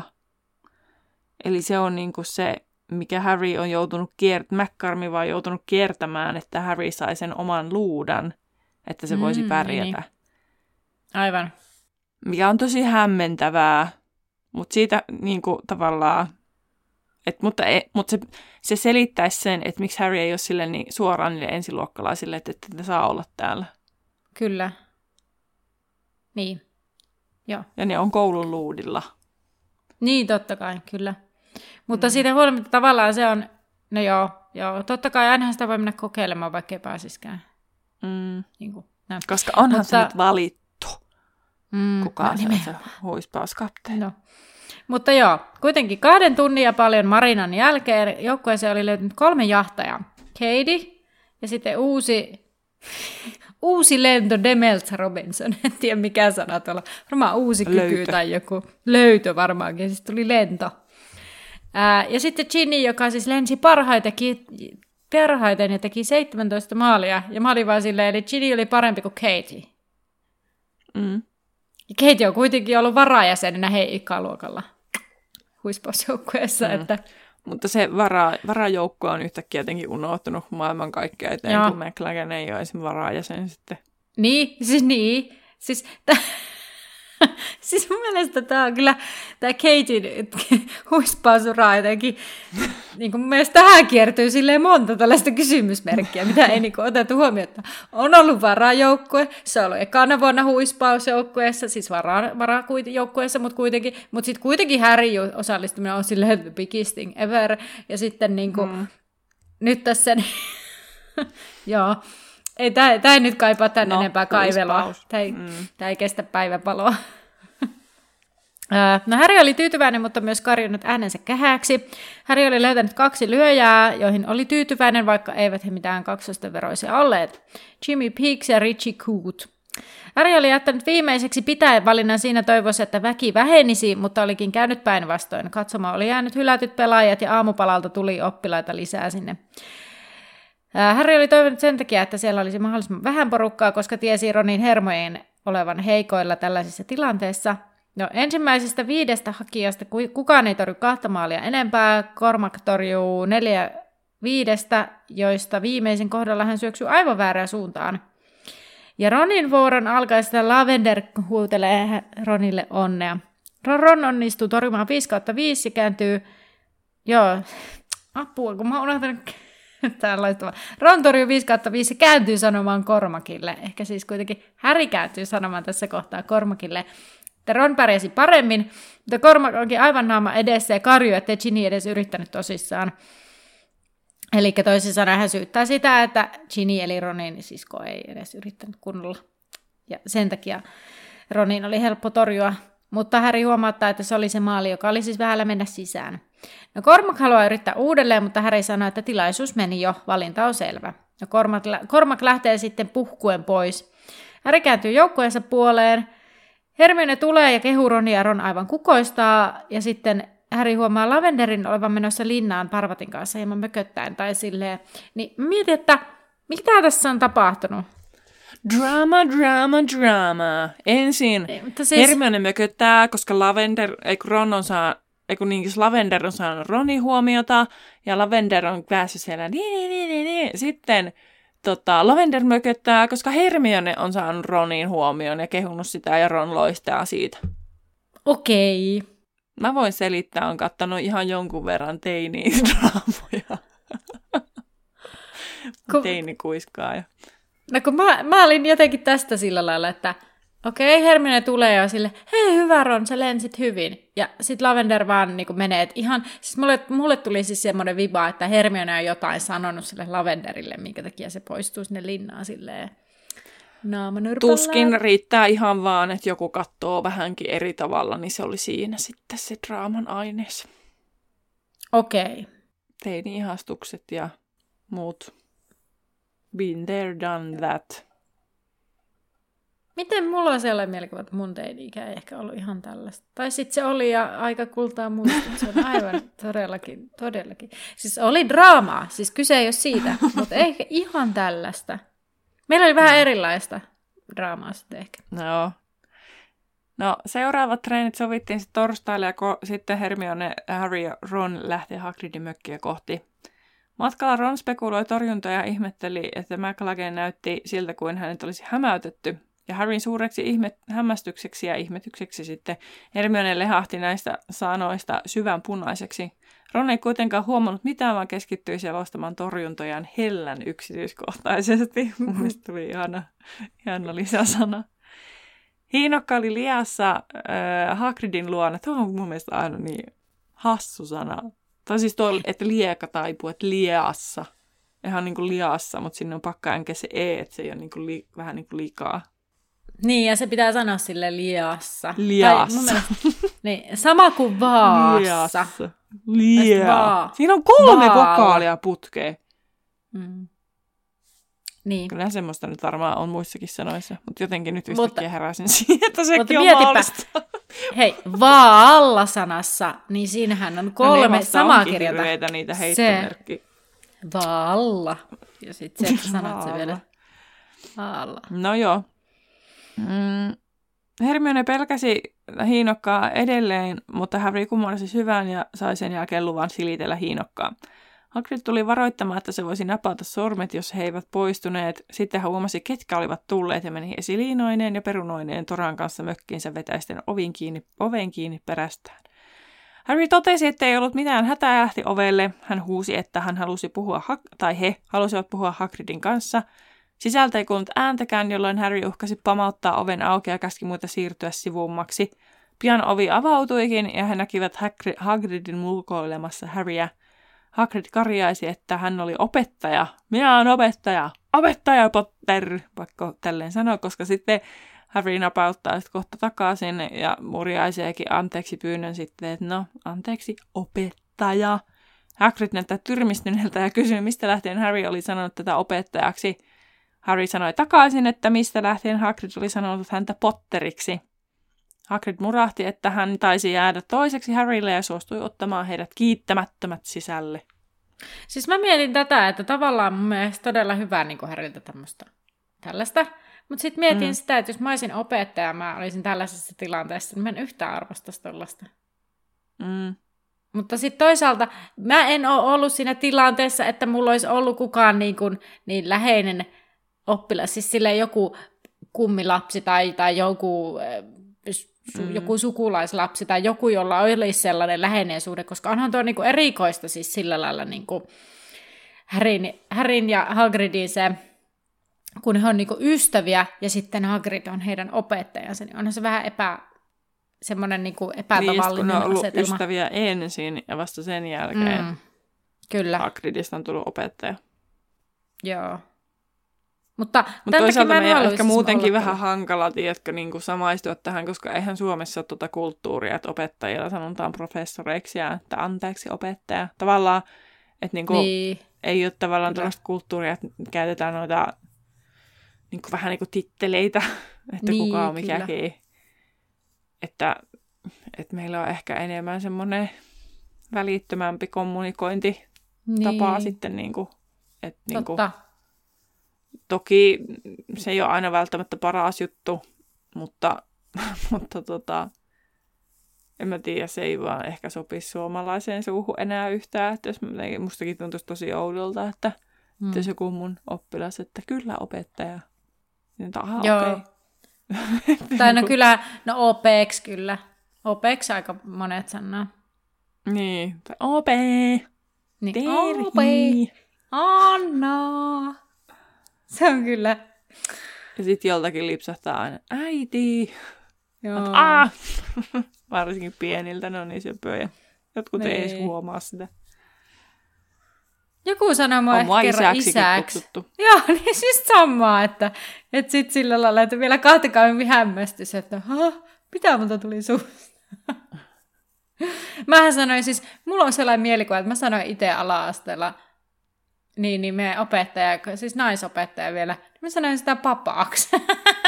Eli se on niinku se, mikä Harry on joutunut kiertämään, McCormi vaan joutunut kiertämään, että Harry sai sen oman luudan, että se voisi pärjätä. Mm, niin. Aivan. Mikä on tosi hämmentävää, mutta siitä niin kuin, tavallaan, et, mutta, e, mutta se, se selittäisi sen, että miksi Harry ei ole sille niin, suoraan niille ensiluokkalaisille, että, että ne saa olla täällä. Kyllä. Niin. Joo. Ja ne on koulun luudilla. Niin, totta kai, kyllä. Mutta mm. siitä huolimatta tavallaan se on, no joo, joo, totta kai ainahan sitä voi mennä kokeilemaan, vaikka ei pääsiskään. Mm. Niin kuin, Koska onhan Mutta, se nyt valittu, mm, kuka no, on se huispauskapteeni. No. Mutta joo, kuitenkin kahden tunnin ja paljon marinan jälkeen joukkueeseen oli löytynyt kolme jahtajaa. Katie ja sitten uusi, uusi lento Demelza Robinson. En tiedä mikä sana tuolla. Varmaan uusi kyky löytö. Tai joku löytö varmaankin. Siis tuli lento. Ää, ja sitten Ginny, joka siis lensi parhaiten, parhaiten ja teki seitsemäntoista maalia. Ja mä olin vaan silleen, eli Ginny oli parempi kuin Katie. Mm. Ja Katie on kuitenkin ollut varajäsenenä hei ikäluokalla huispausjoukkueessa. Mm. Että... Mutta se vara, varajoukkue on yhtäkkiä jotenkin unohtunut maailmankaikkeuteen, Joo. kun McLagan ei ole esimerkiksi varajäsen sitten. Niin, siis niin. Siis, t- siis mun mielestä tämä on kyllä, tämä Katien huispausura jotenkin, niin kuin mun mielestä tähän kiertyy silleen monta tällaista kysymysmerkkiä, mitä ei niin kuin otettu huomioon. On ollut varajoukkue, se on ollut ekana vuonna huispausjoukkueessa, siis vara, varajoukkueessa, mutta kuitenkin, mutta sitten kuitenkin Harry osallistuminen on silleen the biggest thing ever, ja sitten niin kuin, mm. nyt tässä, joo, ei, tämä, tämä ei nyt kaipaa tämän no, enempää kaivelua. Tämä ei, mm. tämä ei kestä päiväpaloa. No Harry oli tyytyväinen, mutta myös karjunut äänensä kähäksi. Harry oli löytänyt kaksi lyöjää, joihin oli tyytyväinen, vaikka eivät he mitään kaksostenveroisia olleet. Jimmy Peaks ja Richie Coot. Harry oli jättänyt viimeiseksi pitäen valinnan siinä toivossa, että väki vähenisi, mutta olikin käynyt päinvastoin. Katsomaan oli jäänyt hylätyt pelaajat ja aamupalalta tuli oppilaita lisää sinne. Harry oli toivonut sen takia, että siellä olisi mahdollisimman vähän porukkaa, koska tiesi Ronin hermojen olevan heikoilla tällaisissa tilanteissa. No, ensimmäisestä viidestä hakijasta kukaan ei torju kahta maalia enempää. Cormac torjuu neljä viidestä, joista viimeisen kohdalla hän syöksyy aivan väärään suuntaan. Ja Ronin vuoron alkaessa Lavender huutelee Ronille onnea. Ron onnistuu torjumaan viisi kautta viisi ja kääntyy... Joo, apua, kun mä oon unohtanut... Tämä on loistava. Ron torjuu viisi kautta viisi ja kääntyy sanomaan Cormacille. Ehkä siis kuitenkin Harry kääntyy sanomaan tässä kohtaa Cormacille. Ron pärjäsi paremmin, mutta Cormac onkin aivan naama edessä ja karjuu, ettei Ginny edes yrittänyt tosissaan. Eli toisin sanoen hän syyttää sitä, että Ginny eli Ronin sisko ei edes yrittänyt kunnolla. Ja sen takia Ronin oli helppo torjua, mutta Harry huomauttaa, että se oli se maali, joka oli siis vähällä mennä sisään. No Cormac haluaa yrittää uudelleen, mutta Harry sanoo, että tilaisuus meni jo, valinta on selvä. No Cormac, Cormac lähtee sitten puhkuen pois. Harry kääntyy joukkueensa puoleen. Hermione tulee ja kehuu Ron ja Ron aivan kukoistaa, ja sitten Harry huomaa Lavenderin olevan menossa linnaan Parvatin kanssa hieman mököttäen tai silleen. Niin mietin, että mitä tässä on tapahtunut? Drama, drama, drama. Ensin Ei, siis... Hermione mököttää, koska Lavender, ei kun Ron on saa, ei kun niin, Lavender on saanut Ronin huomiota, ja Lavender on päässyt siellä niin, niin, niin, niin. Sitten tota, Lavender mököttää, koska Hermione on saanut Ronin huomioon ja kehunut sitä, ja Ron loistaa siitä. Okei. Okay. Mä voin selittää, on kattanut ihan jonkun verran teini-draamoja. Kun... Teini-kuiskaaja. No kun mä, mä olin jotenkin tästä sillä lailla, että okei, okay, Hermione tulee ja sille, hei hyvä Ron, sä lensit hyvin. Ja sit Lavender vaan niin menee, että ihan, siis mulle, mulle tuli siis semmoinen viba, että Hermione on jotain sanonut sille Lavenderille, minkä takia se poistuu sinne linnaan silleen naamanyrpällään. Tuskin riittää ihan vaan, että joku katsoo vähänkin eri tavalla, niin se oli siinä sitten se draaman aines. Okei. Okay. Teini-ihastukset ja muut. Been there, done that. Miten mulla on sellainen mielikuva, että mun teini-ikä ei ehkä ollut ihan tällaista. Tai sitten se oli ja aika kultaa muistunut. Se on aivan todellakin, todellakin. Siis oli draamaa, siis kyse ei ole siitä, mutta ehkä ihan tällaista. Meillä oli vähän no. erilaista draamaa sitten ehkä. No. No, seuraavat treenit sovittiin sitten torstaille ja ko- sitten Hermione, Harry ja Ron lähti Hagridin mökkiä kohti. Matkalla Ron spekuloi torjuntoja ja ihmetteli, että McLaggen näytti siltä kuin hänet olisi hämäytetty. Ja Harryn suureksi ihme- hämmästykseksi ja ihmetykseksi sitten Hermione lehahti näistä sanoista syvän punaiseksi. Ron ei kuitenkaan huomannut mitään, vaan keskittyi selostamaan torjuntojaan hellän yksityiskohtaisesti. Mun mielestä tuli ihana, ihana lisäsana. Hiinokka oli liassa äh, Hagridin luona. Tuo on mun mielestä aina niin hassu sana. Tai siis tuo, että lieka taipuu, että liassa. Ihan niin kuin liassa, mutta sinne on pakka enkä se e, että se ei ole niin kuin li, vähän niin kuin liikaa. Niin, ja se pitää sanoa sille liassa. Liassa. Mielestä, niin, sama kuin vaassa. Liassa. Lia. Va- Siinä on kolme Vaalla. vokaalia putkeen. Mm. Niin. Kyllä semmoista nyt varmaan on muissakin sanoissa, mutta jotenkin nyt yhtäkkiä heräsin siihen, että sekin on mahdollista. Hei, vaalla-sanassa, niin siinähän on kolme no samaa kirjata. Hirveitä niitä heittomerkkiä. Vaalla. Ja sitten se sanat se vielä. Vaalla. No joo. Mm. Hermione pelkäsi hiinokkaa edelleen, mutta Harry kumarsi syvään ja sai sen jälkeen luvan silitellä hiinokkaa. Hagrid tuli varoittamaan, että se voisi napata sormet, jos he eivät poistuneet. Sitten hän huomasi, ketkä olivat tulleet ja meni esiliinoineen ja perunoineen Toran kanssa mökkiinsä vetäisten oven kiinni, oven kiinni perästään. Harry totesi, että ei ollut mitään hätää ja lähti ovelle. Hän huusi, että hän halusi puhua, tai he halusivat puhua Hagridin kanssa. Sisältä ei kuulunut ääntäkään, jolloin Harry uhkasi pamauttaa oven auki ja käski muita siirtyä sivummaksi. Pian ovi avautuikin ja he näkivät Hagridin mulkoilemassa Harryä. Hagrid karjaisi, että hän oli opettaja. Minä olen opettaja. Opettaja Potter, vaikka tälleen sanoa, koska sitten Harry napauttaa sitten kohta takaisin ja murjaisiakin anteeksi pyynnön sitten, että no, anteeksi, opettaja. Hagrid näyttää tyrmistyneeltä ja kysyi, mistä lähtien Harry oli sanonut tätä opettajaksi. Harry sanoi takaisin, että mistä lähtien Hagrid oli sanonut häntä Potteriksi. Hagrid murahti, että hän taisi jäädä toiseksi Harrylle ja suostui ottamaan heidät kiittämättömät sisälle. Siis mä mietin tätä, että tavallaan mun mielestä todella hyvää niin kuin Harryltä tämmöistä tällaista. Mutta sitten mietin mm. sitä, että jos mä olisin opettaja ja mä olisin tällaisessa tilanteessa, niin mä en yhtään arvostaisi tollaista. Mm. Mutta sitten toisaalta mä en ole ollut siinä tilanteessa, että mulla olisi ollut kukaan niin, kuin, niin läheinen oppilas, siis silleen joku kummilapsi tai, tai joku, su, mm. joku sukulaislapsi tai joku, jolla olisi sellainen läheinen suhde, koska onhan tuo niin kuin erikoista siis sillä lailla niin kuin Harryn, Harryn ja Hagridin se, kun he on niin kuin ystäviä ja sitten Hagrid on heidän opettajansa, niin onhan se vähän epä, semmoinen niin kuin epätavallinen niin, kun on ollut asetelma. Ystäviä ensin ja vasta sen jälkeen mm. Kyllä. Hagridista on tullut opettaja. Joo. Mutta, Mutta toisaalta meidän on ehkä muutenkin olla vähän hankala, tiedätkö, niin kuin samaistua tähän, koska eihän Suomessa ole tuota kulttuuria, että opettajilla sanotaan professoreiksi ja että anteeksi opettaja. Tavallaan, että niin kuin niin. ei ole tavallaan tällaista kulttuuria, että käytetään noita niin kuin vähän niin kuin titteleitä, että niin, kuka on mikäkin. Että, että meillä on ehkä enemmän semmoinen välittömämpi kommunikointitapa niin. sitten, niin kuin, että niin kuin toki se ei ole aina välttämättä paras juttu, mutta, mutta tota, en mä tiedä, se ei vaan ehkä sopisi suomalaiseen suuhun enää yhtään. Että jos mustakin tuntuisi tosi oudolta, että mm. jos joku mun oppilas, että kyllä opettaja. Niin taha, joo. Okay. Tai no kyllä, no O P:ksi kyllä. O P:ksi aika monet sanoo. Niin, tai O P. Niin, O P. Anna. Se on kyllä. Ja sit joltakin lipsahtaa aina, äiti. Joo. Ah! Varsinkin pieniltä, ne on niin söpöjä. Jotkut niin. Ei edes huomaa sitä. Joku sanoi mua ehkä kerran isäksi. Kutsuttu. Joo, niin siis samaa, että, että sit sillä lailla, että vielä kahta kauemmin hämmästys, että mitä multa tuli suusta. Mähän sanoin siis, mulla on sellainen mielikuva, että mä sanoin itse ala-asteella, niin, niin meidän opettaja, siis naisopettaja vielä, niin mä sanoin sitä papaaksi.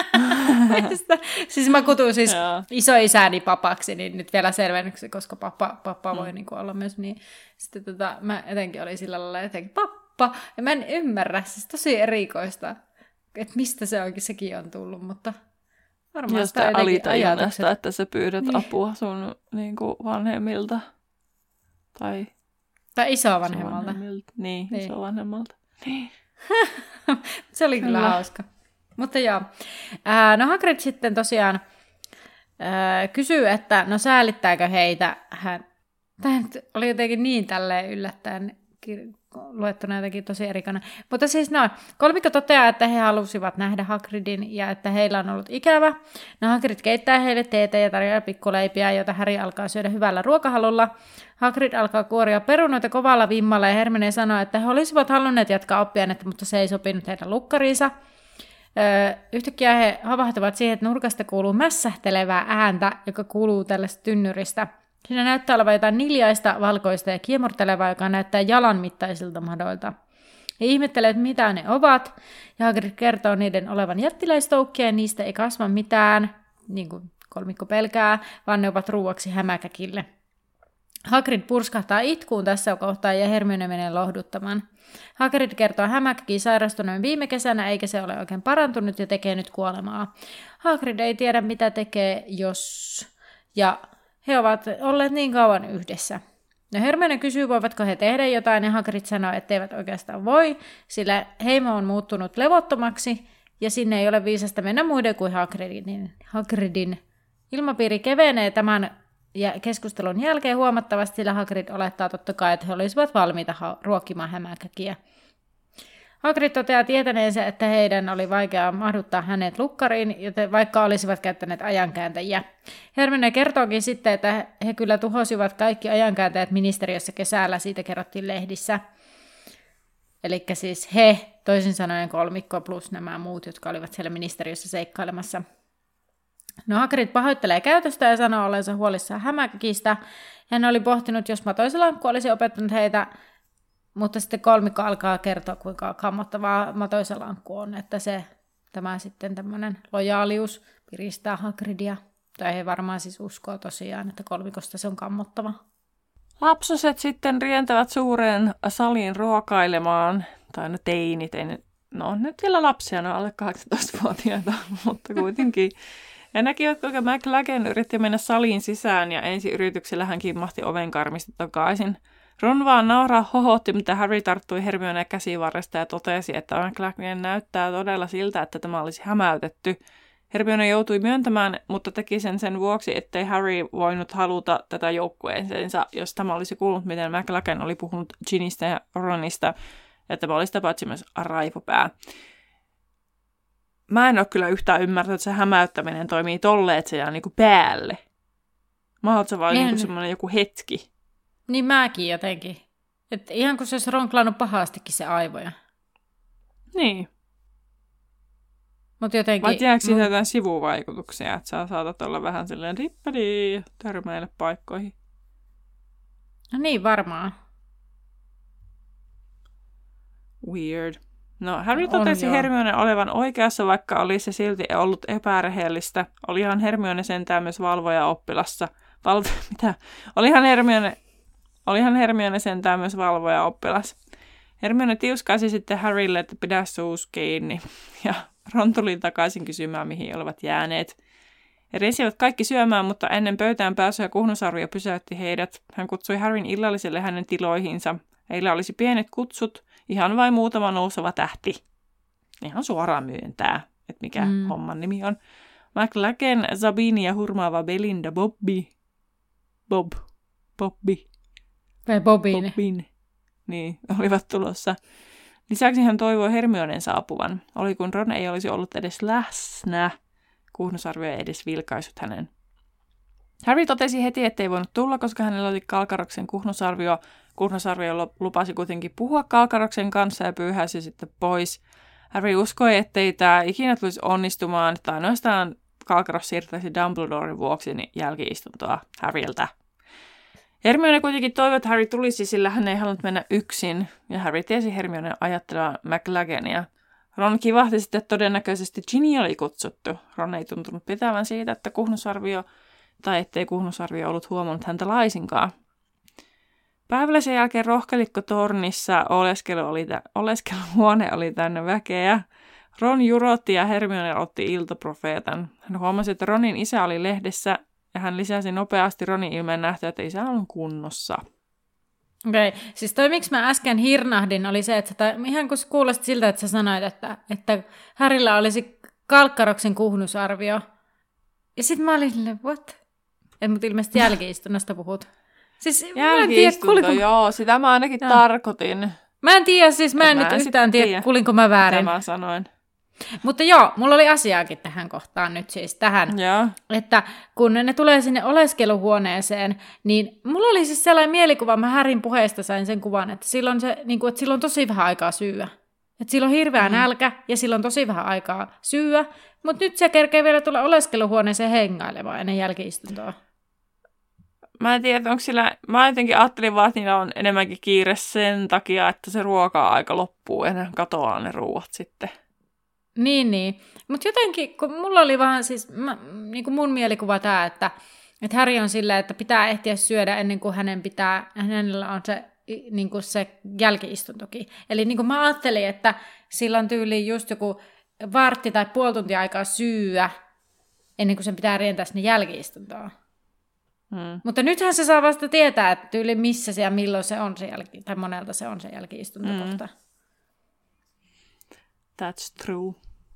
Siis mä kutun siis isoisäni papaksi, niin nyt vielä selvennyksi, koska pappa, pappa voi mm. niin kuin olla myös niin. Sitten tota, mä jotenkin olin sillä lailla jotenkin pappa, ja mä en ymmärrä, siis tosi erikoista, että mistä se oikein sekin on tullut, mutta varmaan jostain alitajunnasta, että sä pyydät niin. apua sun niin kuin vanhemmilta. Tai, tai isovanhemmalta. Niin, niin. isovanhemmalta. Niin. Se oli kyllä, kyllä hauska. Mutta joo, ää, no Hagrid sitten tosiaan ää, kysyy, että no säälittääkö heitä hän. Tämä oli jotenkin niin tälleen yllättäen luettuna jotenkin tosi erikana. Mutta siis no, kolmikko toteaa, että he halusivat nähdä Hagridin ja että heillä on ollut ikävä. No Hagrid keittää heille teetä ja tarjoaa pikkuleipiä, joita Harry alkaa syödä hyvällä ruokahalulla. Hagrid alkaa kuoria perunoita kovalla vimmalla ja Hermione sanoo, että he olisivat halunneet jatkaa oppiainetta, mutta se ei sopinut heidän lukkariinsa. Öö, yhtäkkiä he havahtuvat siihen, että nurkasta kuuluu mässähtelevää ääntä, joka kuuluu tällaista tynnyristä. Siinä näyttää olevan jotain niljaista, valkoista ja kiemurtelevaa, joka näyttää jalan mittaisilta madoilta. He ihmettelee, että mitä ne ovat, ja Hagrid kertoo niiden olevan jättiläistoukkia, ja niistä ei kasva mitään, niin kuin kolmikko pelkää, vaan ne ovat ruuaksi hämäkäkille. Hagrid purskahtaa itkuun tässä kohtaa, ja Hermione menee lohduttamaan. Hagrid kertoo hämäkäkiin sairastuneen viime kesänä, eikä se ole oikein parantunut, ja tekee nyt kuolemaa. Hagrid ei tiedä, mitä tekee, jos... Ja he ovat olleet niin kauan yhdessä. No Hermione kysyy, voivatko he tehdä jotain, ja Hagrid sanoo, etteivät oikeastaan voi, sillä heimo on muuttunut levottomaksi, ja sinne ei ole viisasta mennä muiden kuin Hagridin. Hagridin. Ilmapiiri kevenee tämän keskustelun jälkeen huomattavasti, sillä Hagrid olettaa totta kai, että he olisivat valmiita ruokkimaan hämäkäkiä. Hagrid toteaa tietäneensä, että heidän oli vaikeaa mahduttaa hänet lukkariin, joten vaikka olisivat käyttäneet ajankääntäjiä. Hermione kertookin sitten, että he kyllä tuhosivat kaikki ajankääntäjät ministeriössä kesällä, siitä kerrottiin lehdissä. Eli siis he, toisin sanoen kolmikko plus nämä muut, jotka olivat siellä ministeriössä seikkailemassa. No Hagrid pahoittelee käytöstä ja sanoo olensa huolissaan hämäkäkistä. Hän oli pohtinut, jos matoisalankku olisi opettanut heitä, mutta sitten kolmikko alkaa kertoa, kuinka kammottavaa matoisalankku on, että se, tämä sitten tämmöinen lojaalius piristää Hagridia. Tai he varmaan siis uskoo tosiaan, että kolmikosta se on kammottava. Lapsoset sitten rientävät suureen saliin ruokailemaan, tai no teinit, ei ne, no on nyt vielä lapsia, ne on alle kahdeksantoistavuotiaita, mutta kuitenkin. Ja näkivät, kuinka McLaggen yritti mennä saliin sisään, ja ensi yrityksellä hän kimmahti oven karmista takaisin. Ron vaan nauraa hohotti, mitä Harry tarttui Hermione käsivarresta ja totesi, että McLaggen näyttää todella siltä, että tämä olisi hämäytetty. Hermione joutui myöntämään, mutta teki sen sen vuoksi, ettei Harry voinut haluta tätä joukkueeseensa, jos tämä olisi kuullut, miten McLaggen oli puhunut Ginistä ja Ronista, ja tämä oli sitä paitsi myös raivopää. Mä en ole kyllä yhtään ymmärtänyt, että se hämäyttäminen toimii tolleen, että se jää niinku päälle. Mä haluan, että se vaan niinku semmoinen joku hetki. Niin mäkin jotenkin. Että ihan kuin se olisi ronklannut pahastikin se aivoja. Niin. Mut jotenkin... Vai jääkö siitä jotain sivuvaikutuksia, että sä saatat olla vähän silleen rippeli ja törmäillä paikkoihin? No niin, varmaan. Weird. No, Harry totesi on, Hermione olevan oikeassa, vaikka oli se silti ollut epärehellistä. Olihan Hermione sentään myös valvoja oppilassa. Val... Mitä? Olihan Hermione... Olihan Hermione sentään myös valvoja oppilas. Hermione tiuskaisi sitten Harrylle, että pidä suus kiinni. Ja Ron tuli takaisin kysymään, mihin olivat jääneet. He rinsivät kaikki syömään, mutta ennen pöytään pääsyä Kuhnusarvio pysäytti heidät. Hän kutsui Harryn illalliselle hänen tiloihinsa. Heillä olisi pienet kutsut, ihan vain muutama nouseva tähti. Ihan suoraan myöntää, että mikä mm. homman nimi on. McLaggen, Sabini ja hurmaava Belinda Bobby. Bob. Bobby. Vai Bobin. Bobbin. Niin, olivat tulossa. Lisäksi hän toivoi Hermionen saapuvan. Oli kun Ron ei olisi ollut edes läsnä. Kuhnusarvio ei edes vilkaisut hänen. Harry totesi heti, ettei voinut tulla, koska hänellä oli Kalkaroksen Kuhnusarvio. Kuhnusarvio lupasi kuitenkin puhua Kalkaroksen kanssa ja pyyhäisi sitten pois. Harry uskoi, ettei tämä ikinä tulisi onnistumaan, että ainoastaan Kalkaros siirtäisi Dumbledoren vuoksi niin jälki-istuntoa Harryltä. Hermione kuitenkin toivoi, että Harry tulisi, sillä hän ei halunnut mennä yksin, ja Harry tiesi Hermione ajattelevan McLaggenia. Ron kivahti sitten, että todennäköisesti Ginny oli kutsuttu. Ron ei tuntunut pitävän siitä, että Kuhnusarvio, tai ettei Kuhnusarvio ollut huomannut häntä laisinkaan. Päivällisen jälkeen rohkelikkotornissa oleskelu oli tä- oleskeluhuone oli täynnä väkeä. Ron jurotti ja Hermione otti iltaprofeetan. Hän huomasi, että Ronin isä oli lehdessä, ja hän lisäsi nopeasti Ronin ilmeen nähtyä, että isä on kunnossa. Okei, okay. Siis toi miksi mä äsken hirnahdin oli se, että tai, ihan kun kuulosti siltä, että sä sanoit, että, että Harrylla olisi Kalkkaroksen Kuhnusarvio. Ja sit mä olin silleen, what? Et mut ilmeisesti jälki-istunnosta puhut. Siis jälki-istunto, tiedä, joo, sitä mä ainakin no. tarkoitin. Mä en tiedä, siis mä en, en nyt yhtään tiedä, tiedä, kuulinko mä väärin. Mitä mä sanoin. Mutta joo, mulla oli asiaakin tähän kohtaan nyt siis tähän, ja. että kun ne tulee sinne oleskeluhuoneeseen, niin mulla oli siis sellainen mielikuva, mä Harryn puheesta sain sen kuvan, että silloin, se, niin kuin, että silloin on tosi vähän aikaa syyä. Että silloin on hirveä mm. nälkä ja silloin on tosi vähän aikaa syyä, mutta nyt se kerkee vielä tulla oleskeluhuoneeseen hengailemaan ennen jälki-istuntoa. Mä en tiedä, onko sillä, mä jotenkin ajattelin vaan, että niillä on enemmänkin kiire sen takia, että se ruoka-aika loppuu ja ne katoaa ne ruuat sitten. Niin, niin. Mutta jotenkin, kun mulla oli vähän siis, mä, niin kuin mun mielikuva tämä, että, että Harry on silleen, että pitää ehtiä syödä ennen kuin hänen pitää, hänellä on se, niin kuin se jälki-istuntokin. Eli niin kuin mä ajattelin, että sillä on tyyliin just joku vartti tai puoli tuntia aikaa syyä, ennen kuin sen pitää rientää sinne jälki-istuntoon. Hmm. Mutta nythän se saa vasta tietää, että tyyli missä se ja milloin se on se jälki, tai monelta se on se jälki-istuntokohta. Hmm. That's true.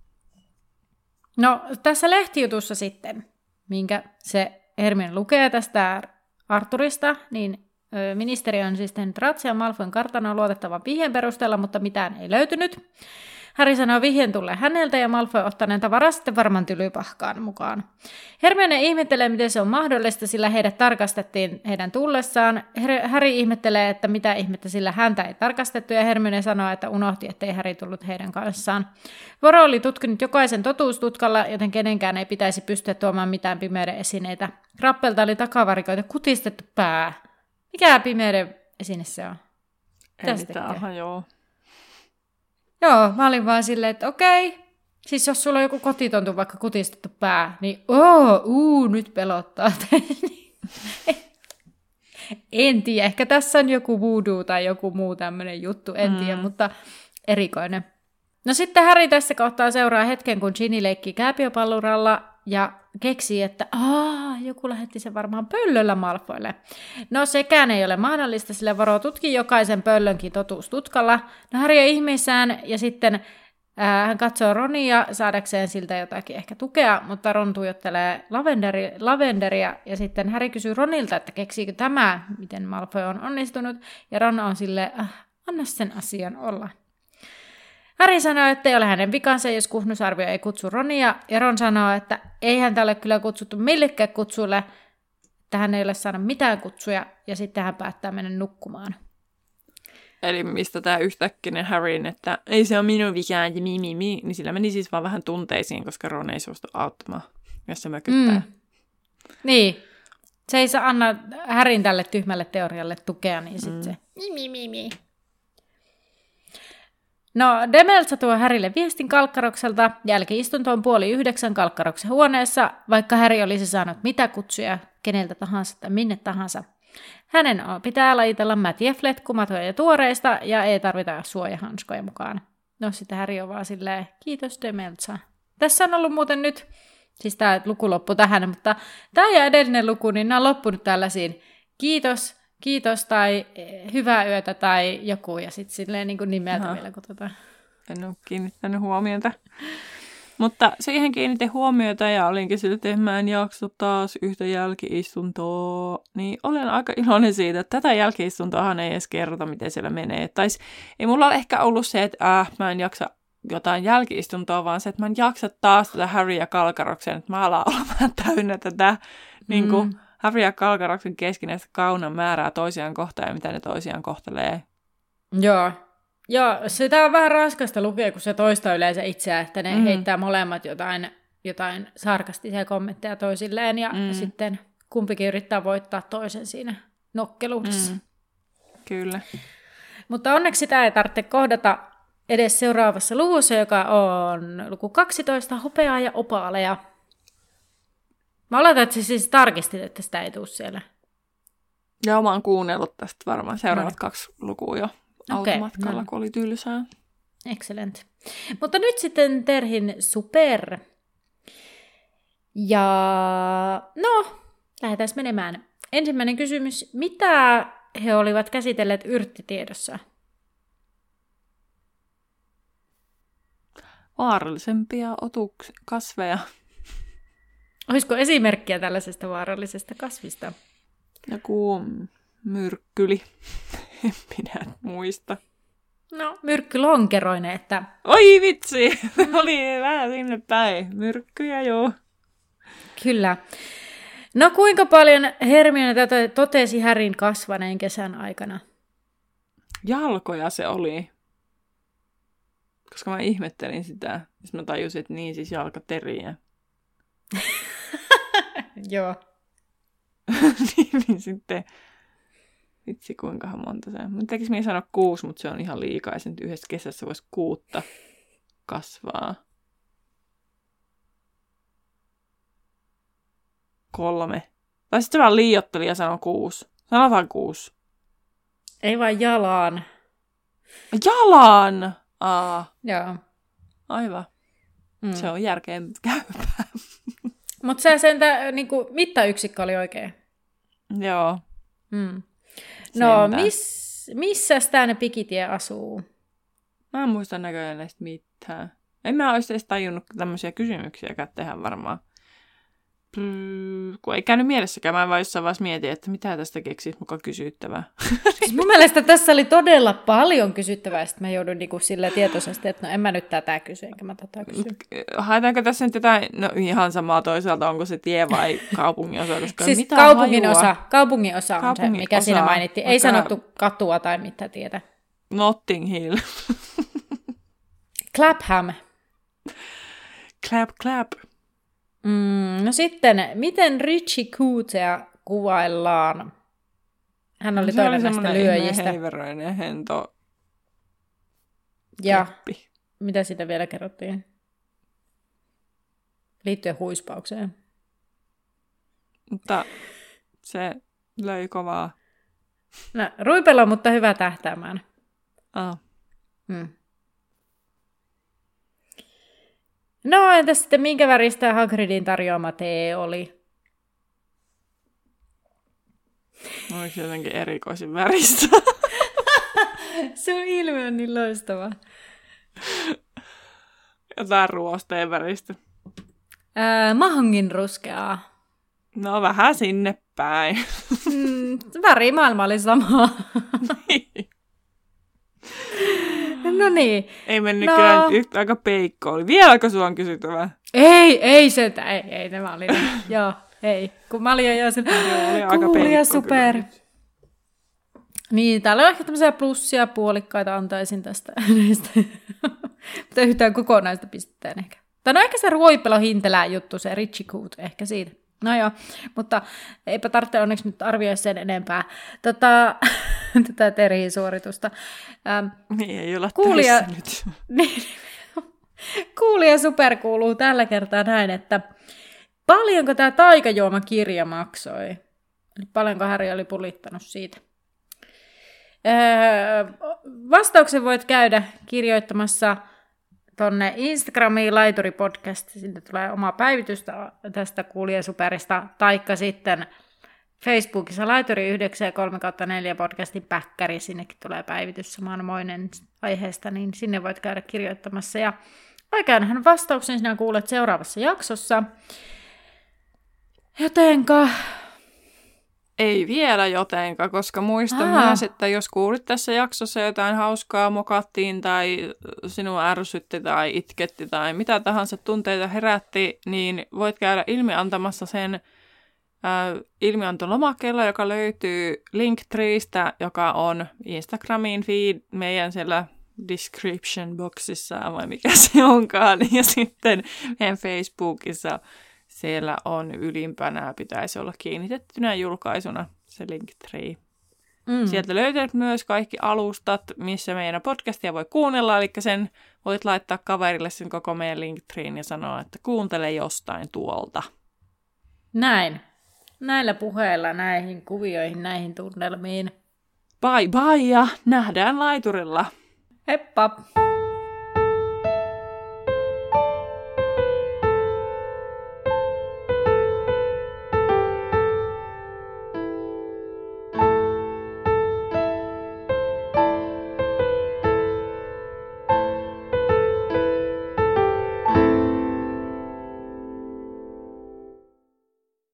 No, tässä lehtijutussa sitten, minkä se Hermione lukee tästä Arthurista, niin ö, ministeri on siis tehnyt Ratsia Malfoyn kartanon luotettavan vihjeen perusteella, mutta mitään ei löytynyt. Harry sanoo vihjeen tulleen häneltä ja Malfoy ottaneen tavaraa sitten varmaan Tylypahkaan mukaan. Hermione ihmettelee, miten se on mahdollista, sillä heidät tarkastettiin heidän tullessaan. Harry ihmettelee, että mitä ihmettä sillä häntä ei tarkastettu, ja Hermione sanoo, että unohti, ettei Harry tullut heidän kanssaan. Voro oli tutkinut jokaisen totuustutkalla, joten kenenkään ei pitäisi pystyä tuomaan mitään pimeyden esineitä. Rappelta oli takavarikoita kutistettu pää. Mikä pimeyden esine se on? Ei mitään, joo. Joo, mä olin vaan silleen, että okei, siis jos sulla on joku kotitontu vaikka kutistettu pää, niin oo, uu, nyt pelottaa. En tiedä, ehkä tässä on joku voodoo tai joku muu tämmöinen juttu, en tiedä, mm. mutta erikoinen. No sitten Harry tässä kohtaa seuraa hetken, kun Ginny leikkii kääpiöpalluralla ja keksii, että aah, joku lähetti sen varmaan pöllöllä Malfoylle. No sekään ei ole mahdollista, sillä Varo tutki jokaisen pöllönkin totuustutkalla. No Harry on ihmeissään ja sitten ää, hän katsoo Ronia saadakseen siltä jotakin ehkä tukea, mutta Ron tuijottelee lavenderi, lavenderia ja sitten Harry kysyy Ronilta, että keksiikö tämä, miten Malfoy on onnistunut, ja Ron on silleen, ah, anna sen asian olla. Harry sanoo, että ei ole hänen vikansa, jos Kuhnusarvio ei kutsu Ronia, ja Ron sanoo, että ei häntä ole kyllä kutsuttu millekään kutsulle, että hän ei ole saanut mitään kutsuja, ja sitten hän päättää mennä nukkumaan. Eli mistä tämä yhtäkkinen Harryn, että ei se ole minun vikään ja mi, mi, mi, niin sillä meni siis vaan vähän tunteisiin, koska Ron ei suostu auttamaan, jos se mökyttää. Mm. Niin. Se ei saa anna Harryn tälle tyhmälle teorialle tukea, niin sitten mm. se mi, mi, mi, mi. No, Demelza tuo Harrylle viestin Kalkkarokselta. Jälki-istunto on puoli yhdeksän Kalkkaroksen huoneessa, vaikka Harry olisi saanut mitä kutsuja keneltä tahansa tai minne tahansa. Hänen pitää lajitella mätiä fletkumatoja ja tuoreista ja ei tarvita suojahanskoja mukaan. No sitten Harry on vaan silleen, kiitos Demelza. Tässä on ollut muuten nyt, siis tämä luku loppui tähän, mutta tämä ja edellinen luku, niin nämä on loppunut tällaisiin kiitos, kiitos tai hyvää yötä tai joku ja sitten silleen niin kuin nimeltä no. vielä kutsutaan. En ole kiinnittänyt huomiota. Mutta siihen kiinnitin huomiota ja olinkin sillä, että mä en jaksa taas yhtä jälki-istuntoa. Niin olen aika iloinen siitä, että tätä jälki-istuntoahan ei edes kerrota, miten siellä menee. Tai ei mulla ole ehkä ollut se, että äh, mä en jaksa jotain jälki-istuntoa, vaan se, että mä en jaksa taas tätä Harry ja Kalkaroksen, että mä alan olemaan täynnä tätä mm. niin kuin Harry ja Kalkaroksen keskinäistä kaunan määrää toisiaan kohtaan ja mitä ne toisiaan kohtelee. Joo. Joo, sitä on vähän raskasta lukea, kun se toistaa yleensä itseään, että ne mm. heittää molemmat jotain, jotain sarkastisia kommentteja toisilleen ja mm. sitten kumpikin yrittää voittaa toisen siinä nokkeluudessa. Mm. Kyllä. Mutta onneksi sitä ei tarvitse kohdata edes seuraavassa luvussa, joka on luku kaksitoista, hopeaa ja opaaleja. Mä oletan, että siis tarkistit, että sitä ei tule siellä. Joo, mä oon kuunnellut tästä varmaan seuraavat no. kaksi lukua jo. Okay, automatkalla, no. kun oli tylsää. Excellent. Mutta nyt sitten Terhin super. Ja no, lähdetään menemään. Ensimmäinen kysymys. Mitä he olivat käsitelleet yrttitiedossa? Vaarallisempia otuks- kasveja. Olisiko esimerkkiä tällaisesta vaarallisesta kasvista? Joku myrkkyli. En pidä muista. No, myrkkylonkeroinen, että... Oi vitsi! Oli vähän sinne päin. Myrkkyjä, joo. Kyllä. No, kuinka paljon Hermione totesi Harryn kasvaneen kesän aikana? Jalkoja se oli. Koska mä ihmettelin sitä. Siis mä tajusin, että niin siis jalkateriä. Joo. niin, niin sitten... Vitsi, kuinkahan monta se on. Mun tekisi minä sanoa kuusi, mutta se on ihan liikaa. Ja sen yhdessä kesässä voisi kuutta kasvaa. Kolme. Tai sitten se vaan liioitteli ja sanoi kuusi. Sanotaan kuusi. Ei vaan jalaan. Jalaan! Aa. Joo. Aivan. Mm. Se on järkeen käypää. Mutta se sentä, niinku, mittayksikkö oli oikein. Joo. Mm. No, miss, missä tämä Pikitie asuu? Mä en muista näköjään näistä mitään. En mä olisi edes tajunnut tämmöisiä kysymyksiä tehdä varmaan. Plyy, kun ei käynyt mielessäkään, mä vaan jossain vaiheessa mietin, että mitä tästä keksisi mukaan kysyttävää. Siis mun mielestä tässä oli todella paljon kysyttävää, että mä joudun niinku silleen tietoisesti, että no en mä nyt tätä kysy, enkä mä tätä kysy. Haetaanko tässä nyt jotain, no ihan samaa toisaalta, onko se tie vai kaupungin osa? Koska siis mitä kaupungin hajua? osa, kaupungin osa on kaupungin se, mikä osa. siinä mainittiin. Ei Osa... sanottu katua tai mitä tietä. Notting Hill. Clapham. Clap, clap. Mm, no sitten, miten Richie Cootea kuvaillaan? Hän oli se toinen oli näistä lyöjistä. heiveröinen hento. Ja keppi. Mitä siitä vielä kerrottiin? Liittyen huispaukseen. Mutta se löi kovaa. No, ruipelo, mutta hyvä tähtäämään. Ah. Hmm. No, entäs sitten minkä väristä Hagridin tarjoama tee oli? Oliko se jotenkin erikoisin väristä? Se on ilme on niin loistava. Jotain ruosteen väristä. Ää, mahongin ruskeaa. No vähän sinne päin. Mm, värimaailma oli sama. Niin. No niin. Ei mennyt no. kyllä yhtä aika peikko. Oli vieläkö sua on kysyttävää? Ei, ei se, ei, ei nämä oli. Joo, ei. Kun mä olin jo sen cool ja super. Kyllä. Niin, täällä on ehkä tämmöisiä plussia puolikkaita antaisin tästä. Mutta yhtään kokonaista pistetään ehkä. Tai no ehkä se ruipelo hintelää juttu, se Richie Coot, ehkä siitä. No joo, mutta eipä tarvitse onneksi nyt arvioida sen enempää tota, tätä Terhin suoritusta. Ähm, niin, ei olla kuulija, nyt. Niin, kuulija super kuuluu tällä kertaa näin, että paljonko tämä taikajuomakirja maksoi? Eli paljonko Harry oli pulittanut siitä. Öö, vastauksen voit käydä kirjoittamassa tonne Instagramiin Laituri-podcast. Sinne tulee oma päivitys tästä Kuulijasuperista. Taikka sitten Facebookissa Laituri yhdeksän ja kolme kautta neljä podcastin päkkäri. Sinnekin tulee päivitys samanmoinen aiheesta, niin sinne voit käydä kirjoittamassa. Ja oikeanhan vastauksen sinä kuulet seuraavassa jaksossa. Jotenka... Ei vielä jotenka, koska muista Aa. myös, että jos kuulit tässä jaksossa jotain hauskaa, mokattiin tai sinua ärsytti tai itketti tai mitä tahansa tunteita herätti, niin voit käydä ilmiantamassa sen äh, ilmiantolomakkeella, joka löytyy Linktreestä, joka on Instagramin feed meidän siellä description boxissa, vai mikä se onkaan, ja sitten meidän Facebookissa. Siellä on ylimpänä, pitäisi olla kiinnitettynä julkaisuna se Linktree. Mm. Sieltä löytät myös kaikki alustat, missä meidän podcastia voi kuunnella, eli sen voit laittaa kaverille sen koko meidän Linktreen ja sanoa, että kuuntele jostain tuolta. Näin. Näillä puheilla, näihin kuvioihin, näihin tunnelmiin. Bye bye ja nähdään laiturilla. Heippa!